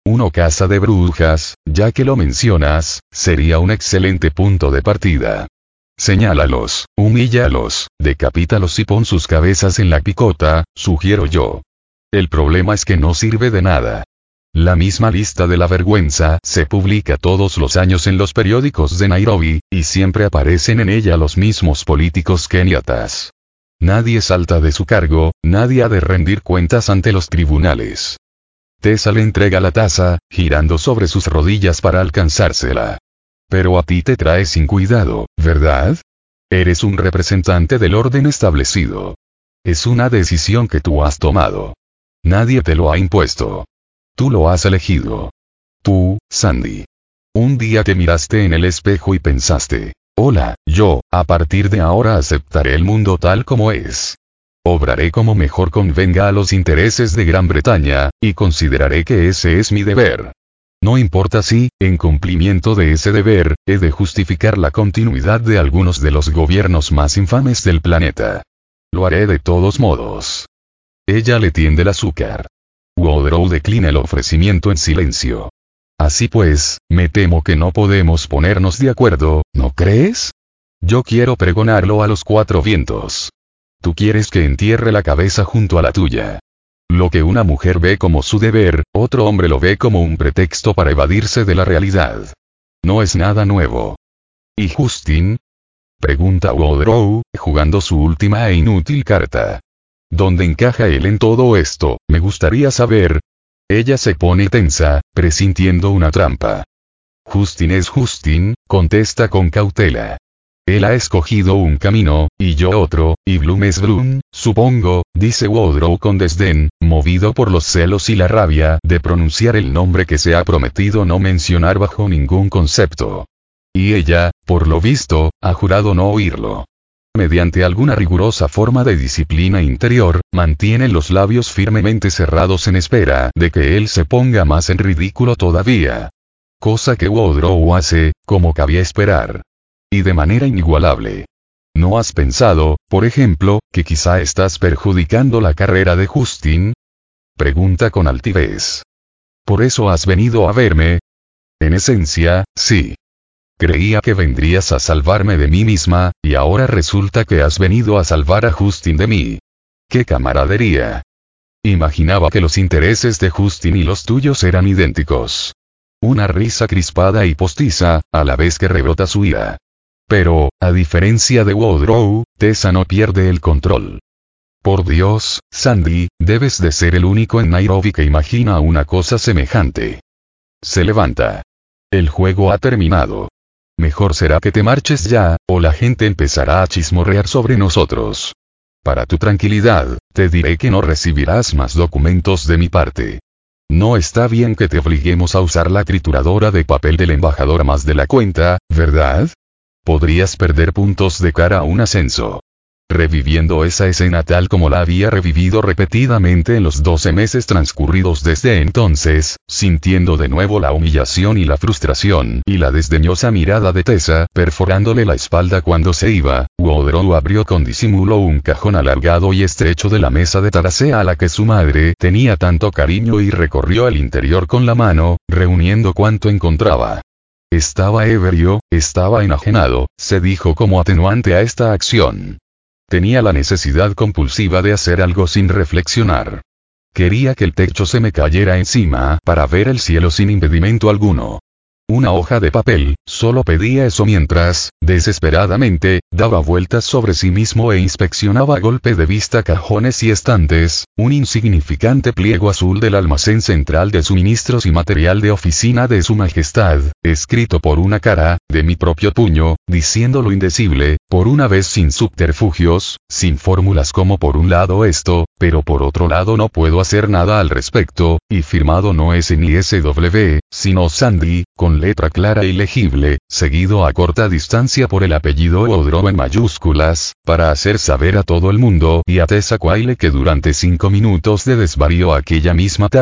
Speaker 1: Una casa de brujas, ya que lo mencionas, sería un excelente punto de partida. Señálalos, humíllalos, decapítalos y pon sus cabezas en la picota, sugiero yo. El problema es que no sirve de nada. La misma lista de la vergüenza se publica todos los años en los periódicos de Nairobi, y siempre aparecen en ella los mismos políticos keniatas. Nadie salta de su cargo, nadie ha de rendir cuentas ante los tribunales. Tessa le entrega la taza, girando sobre sus rodillas para alcanzársela. Pero a ti te trae sin cuidado, ¿verdad? Eres un representante del orden establecido. Es una decisión que tú has tomado. Nadie te lo ha impuesto. Tú lo has elegido. Tú, Sandy. Un día te miraste en el espejo y pensaste, hola, yo, a partir de ahora aceptaré el mundo tal como es. Obraré como mejor convenga a los intereses de Gran Bretaña, y consideraré que ese es mi deber. No importa si, en cumplimiento de ese deber, he de justificar la continuidad de algunos de los gobiernos más infames del planeta. Lo haré de todos modos. Ella le tiende el azúcar. Wodrow declina el ofrecimiento en silencio. Así pues, me temo que no podemos ponernos de acuerdo, ¿no crees? Yo quiero pregonarlo a los cuatro vientos. Tú quieres que entierre la cabeza junto a la tuya. Lo que una mujer ve como su deber, otro hombre lo ve como un pretexto para evadirse de la realidad. No es nada nuevo. ¿Y Justin? Pregunta Wodrow, jugando su última e inútil carta. ¿Dónde encaja él en todo esto? Me gustaría saber. Ella se pone tensa, presintiendo una trampa. Justin es Justin, contesta con cautela. Él ha escogido un camino, y yo otro, y Bloom es Bloom, supongo, dice Wodrow con desdén, movido por los celos y la rabia de pronunciar el nombre que se ha prometido no mencionar bajo ningún concepto. Y ella, por lo visto, ha jurado no oírlo. Mediante alguna rigurosa forma de disciplina interior, mantiene los labios firmemente cerrados en espera de que él se ponga más en ridículo todavía. Cosa que Wodrow hace, como cabía esperar. Y de manera inigualable. ¿No has pensado, por ejemplo, que quizá estás perjudicando la carrera de Justin? Pregunta con altivez. ¿Por eso has venido a verme? En esencia, sí. Creía que vendrías a salvarme de mí misma, y ahora resulta que has venido a salvar a Justin de mí. ¡Qué camaradería! Imaginaba que los intereses de Justin y los tuyos eran idénticos. Una risa crispada y postiza, a la vez que rebrota su ira. Pero, a diferencia de Wodrow, Tessa no pierde el control. Por Dios, Sandy, debes de ser el único en Nairobi que imagina una cosa semejante. Se levanta. El juego ha terminado. Mejor será que te marches ya, o la gente empezará a chismorrear sobre nosotros. Para tu tranquilidad, te diré que no recibirás más documentos de mi parte. No está bien que te obliguemos a usar la trituradora de papel del embajador más de la cuenta, ¿verdad? Podrías perder puntos de cara a un ascenso. Reviviendo esa escena tal como la había revivido repetidamente en los 12 meses transcurridos desde entonces, sintiendo de nuevo la humillación y la frustración y la desdeñosa mirada de Tessa perforándole la espalda cuando se iba, Wodrow abrió con disimulo un cajón alargado y estrecho de la mesa de tarasea a la que su madre tenía tanto cariño y recorrió el interior con la mano, reuniendo cuanto encontraba. Estaba ebrio, estaba enajenado, se dijo como atenuante a esta acción. Tenía la necesidad compulsiva de hacer algo sin reflexionar. Quería que el techo se me cayera encima para ver el cielo sin impedimento alguno. Una hoja de papel, solo pedía eso mientras, desesperadamente, daba vueltas sobre sí mismo e inspeccionaba a golpe de vista cajones y estantes, un insignificante pliego azul del almacén central de suministros y material de oficina de Su Majestad, escrito por una cara, de mi propio puño, diciendo lo indecible, por una vez sin subterfugios, sin fórmulas como por un lado esto, pero por otro lado no puedo hacer nada al respecto, y firmado no S ni SW, sino Sandy, con letra clara y legible, seguido a corta distancia por el apellido Wodrow en mayúsculas, para hacer saber a todo el mundo y a Tessa Quayle que durante 5 minutos de desvarío aquella misma tarde,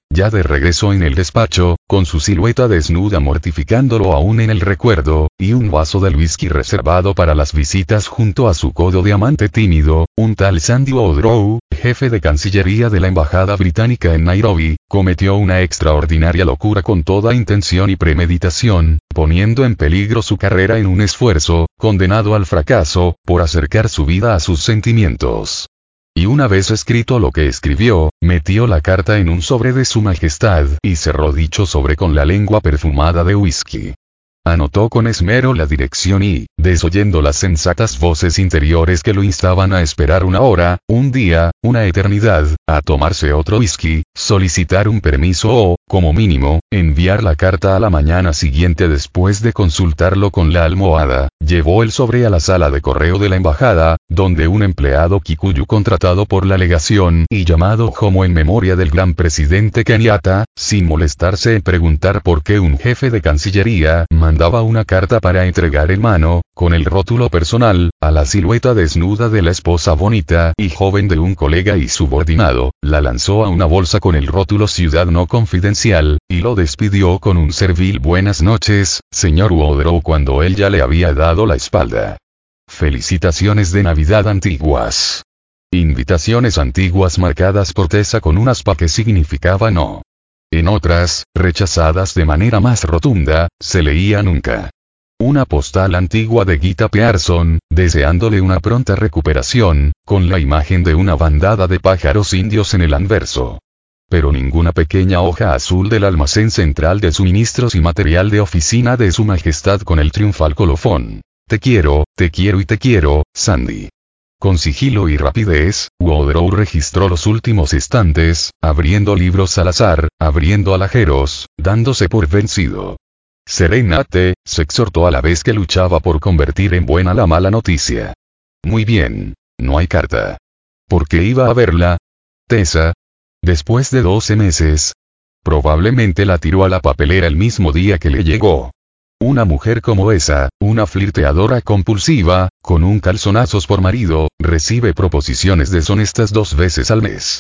Speaker 1: ya de regreso en el despacho, con su silueta desnuda mortificándolo aún en el recuerdo, y un vaso de whisky reservado para las visitas junto a su codo diamante tímido, un tal Sandy Wodrow, jefe de Cancillería de la Embajada Británica en Nairobi, cometió una extraordinaria locura con toda intención y premeditación, poniendo en peligro su carrera en un esfuerzo, condenado al fracaso, por acercar su vida a sus sentimientos. Y una vez escrito lo que escribió, metió la carta en un sobre de su majestad y cerró dicho sobre con la lengua perfumada de whisky. Anotó con esmero la dirección y, desoyendo las sensatas voces interiores que lo instaban a esperar una hora, un día, una eternidad, a tomarse otro whisky, solicitar un permiso o, como mínimo, enviar la carta a la mañana siguiente después de consultarlo con la almohada, llevó el sobre a la sala de correo de la embajada, donde un empleado Kikuyu contratado por la legación y llamado como en memoria del gran presidente Kenyatta, sin molestarse en preguntar por qué un jefe de cancillería mandaba una carta para entregar en mano, con el rótulo personal, a la silueta desnuda de la esposa bonita y joven de un colega y subordinado, la lanzó a una bolsa con el rótulo Ciudad No Confidencial, y lo despidió con un servil buenas noches, señor Wodrow cuando él ya le había dado la espalda. Felicitaciones de Navidad antiguas. Invitaciones antiguas marcadas por tesa con un aspa que significaba no. En otras, rechazadas de manera más rotunda, se leía nunca. Una postal antigua de Gita Pearson, deseándole una pronta recuperación, con la imagen de una bandada de pájaros indios en el anverso. Pero ninguna pequeña hoja azul del almacén central de suministros y material de oficina de su majestad con el triunfal colofón. Te quiero y te quiero, Sandy. Con sigilo y rapidez, Wodrow registró los últimos instantes, abriendo libros al azar, abriendo alajeros, dándose por vencido. Serénate, se exhortó a la vez que luchaba por convertir en buena la mala noticia. Muy bien, no hay carta. ¿Por qué iba a verla? Tessa. Después de 12 meses. Probablemente la tiró a la papelera el mismo día que le llegó. Una mujer como esa, una flirteadora compulsiva, con un calzonazos por marido, recibe proposiciones deshonestas 2 veces al mes.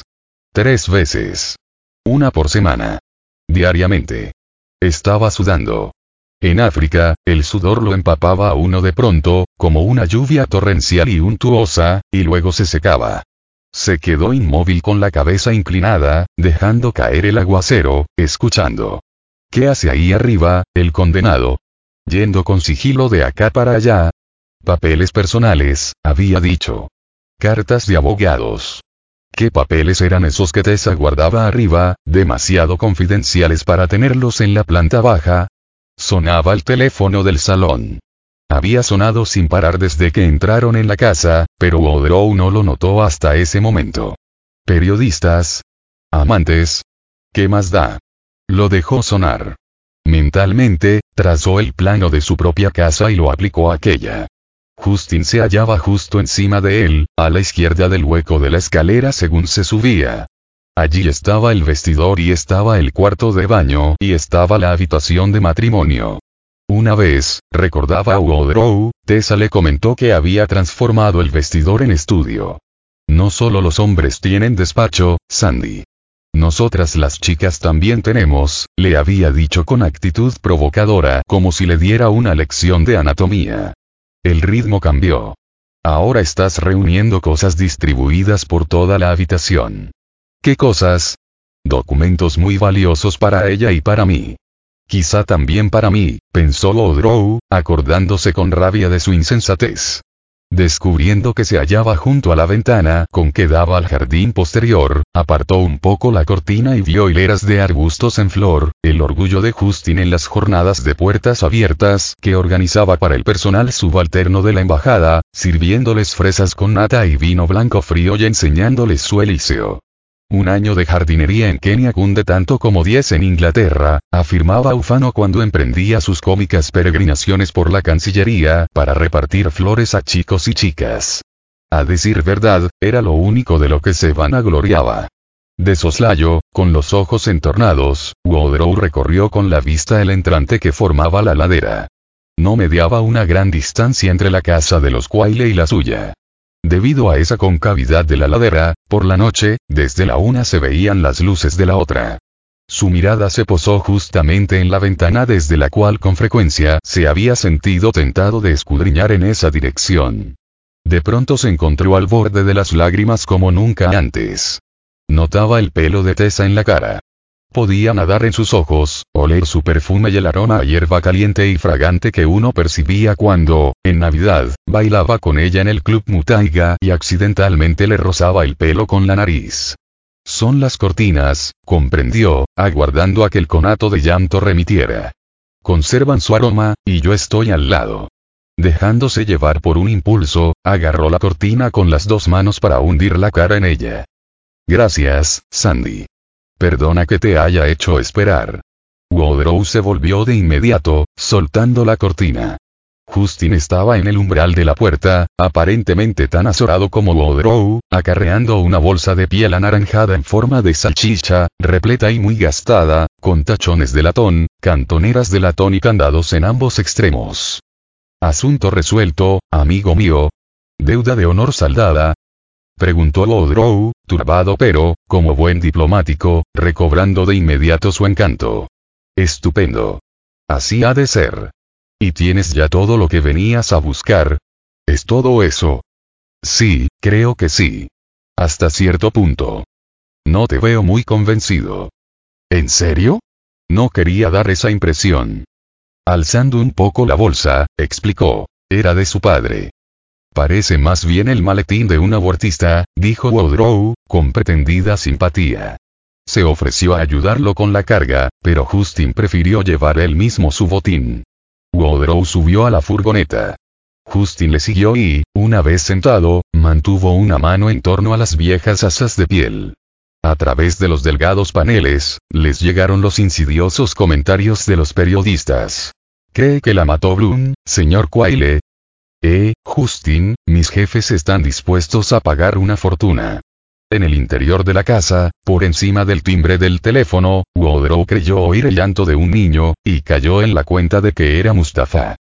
Speaker 1: 3 veces. Una por semana. Diariamente. Estaba sudando. En África, el sudor lo empapaba a uno de pronto, como una lluvia torrencial y untuosa, y luego se secaba. Se quedó inmóvil con la cabeza inclinada, dejando caer el aguacero, escuchando. ¿Qué hace ahí arriba, el condenado? Yendo con sigilo de acá para allá. Papeles personales, había dicho. Cartas de abogados. ¿Qué papeles eran esos que Tessa guardaba arriba, demasiado confidenciales para tenerlos en la planta baja? Sonaba el teléfono del salón. Había sonado sin parar desde que entraron en la casa, pero Wodrow no lo notó hasta ese momento. ¿Periodistas? ¿Amantes? ¿Qué más da? Lo dejó sonar. Mentalmente, trazó el plano de su propia casa y lo aplicó a aquella. Justin se hallaba justo encima de él, a la izquierda del hueco de la escalera según se subía. Allí estaba el vestidor y estaba el cuarto de baño y estaba la habitación de matrimonio. Una vez, recordaba Wodrow, Tessa le comentó que había transformado el vestidor en estudio. No solo los hombres tienen despacho, Sandy. Nosotras las chicas también tenemos, le había dicho con actitud provocadora como si le diera una lección de anatomía. El ritmo cambió. Ahora estás reuniendo cosas distribuidas por toda la habitación. ¿Qué cosas? Documentos muy valiosos para ella y para mí. Quizá también para mí, pensó Wodrow, acordándose con rabia de su insensatez. Descubriendo que se hallaba junto a la ventana con que daba al jardín posterior, apartó un poco la cortina y vio hileras de arbustos en flor, el orgullo de Justin en las jornadas de puertas abiertas que organizaba para el personal subalterno de la embajada, sirviéndoles fresas con nata y vino blanco frío y enseñándoles su elixir. 1 año de jardinería en Kenia cunde tanto como 10 en Inglaterra, afirmaba ufano cuando emprendía sus cómicas peregrinaciones por la Cancillería para repartir flores a chicos y chicas. A decir verdad, era lo único de lo que se vanagloriaba. De soslayo, con los ojos entornados, Wodrow recorrió con la vista el entrante que formaba la ladera. No mediaba una gran distancia entre la casa de los Quayle y la suya. Debido a esa concavidad de la ladera, por la noche, desde la una se veían las luces de la otra. Su mirada se posó justamente en la ventana desde la cual con frecuencia se había sentido tentado de escudriñar en esa dirección. De pronto se encontró al borde de las lágrimas como nunca antes. Notaba el pelo de Tessa en la cara. Podía nadar en sus ojos, oler su perfume y el aroma a hierba caliente y fragante que uno percibía cuando, en Navidad, bailaba con ella en el club Mutaiga y accidentalmente le rozaba el pelo con la nariz. Son las cortinas, comprendió, aguardando a que el conato de llanto remitiera. Conservan su aroma, y yo estoy al lado. Dejándose llevar por un impulso, agarró la cortina con las dos manos para hundir la cara en ella. Gracias, Sandy. Perdona que te haya hecho esperar. Woodrow se volvió de inmediato, soltando la cortina. Justin estaba en el umbral de la puerta, aparentemente tan azorado como Woodrow, acarreando una bolsa de piel anaranjada en forma de salchicha, repleta y muy gastada, con tachones de latón, cantoneras de latón y candados en ambos extremos. Asunto resuelto, amigo mío. ¿Deuda de honor saldada? Preguntó Woodrow, turbado pero, como buen diplomático, recobrando de inmediato su encanto. Estupendo. Así ha de ser. ¿Y tienes ya todo lo que venías a buscar? ¿Es todo eso? Sí, creo que sí. Hasta cierto punto. No te veo muy convencido. ¿En serio? No quería dar esa impresión. Alzando un poco la bolsa, explicó. Era de su padre. Parece más bien el maletín de un abortista, dijo Woodrow, con pretendida simpatía. Se ofreció a ayudarlo con la carga, pero Justin prefirió llevar él mismo su botín. Woodrow subió a la furgoneta. Justin le siguió y, una vez sentado, mantuvo una mano en torno a las viejas asas de piel. A través de los delgados paneles, les llegaron los insidiosos comentarios de los periodistas. ¿Cree que la mató Bloom, señor Quayle? Justin, mis jefes están dispuestos a pagar una fortuna. En el interior de la casa, por encima del timbre del teléfono, Woodrow creyó oír el llanto de un niño, y cayó en la cuenta de que era Mustafa.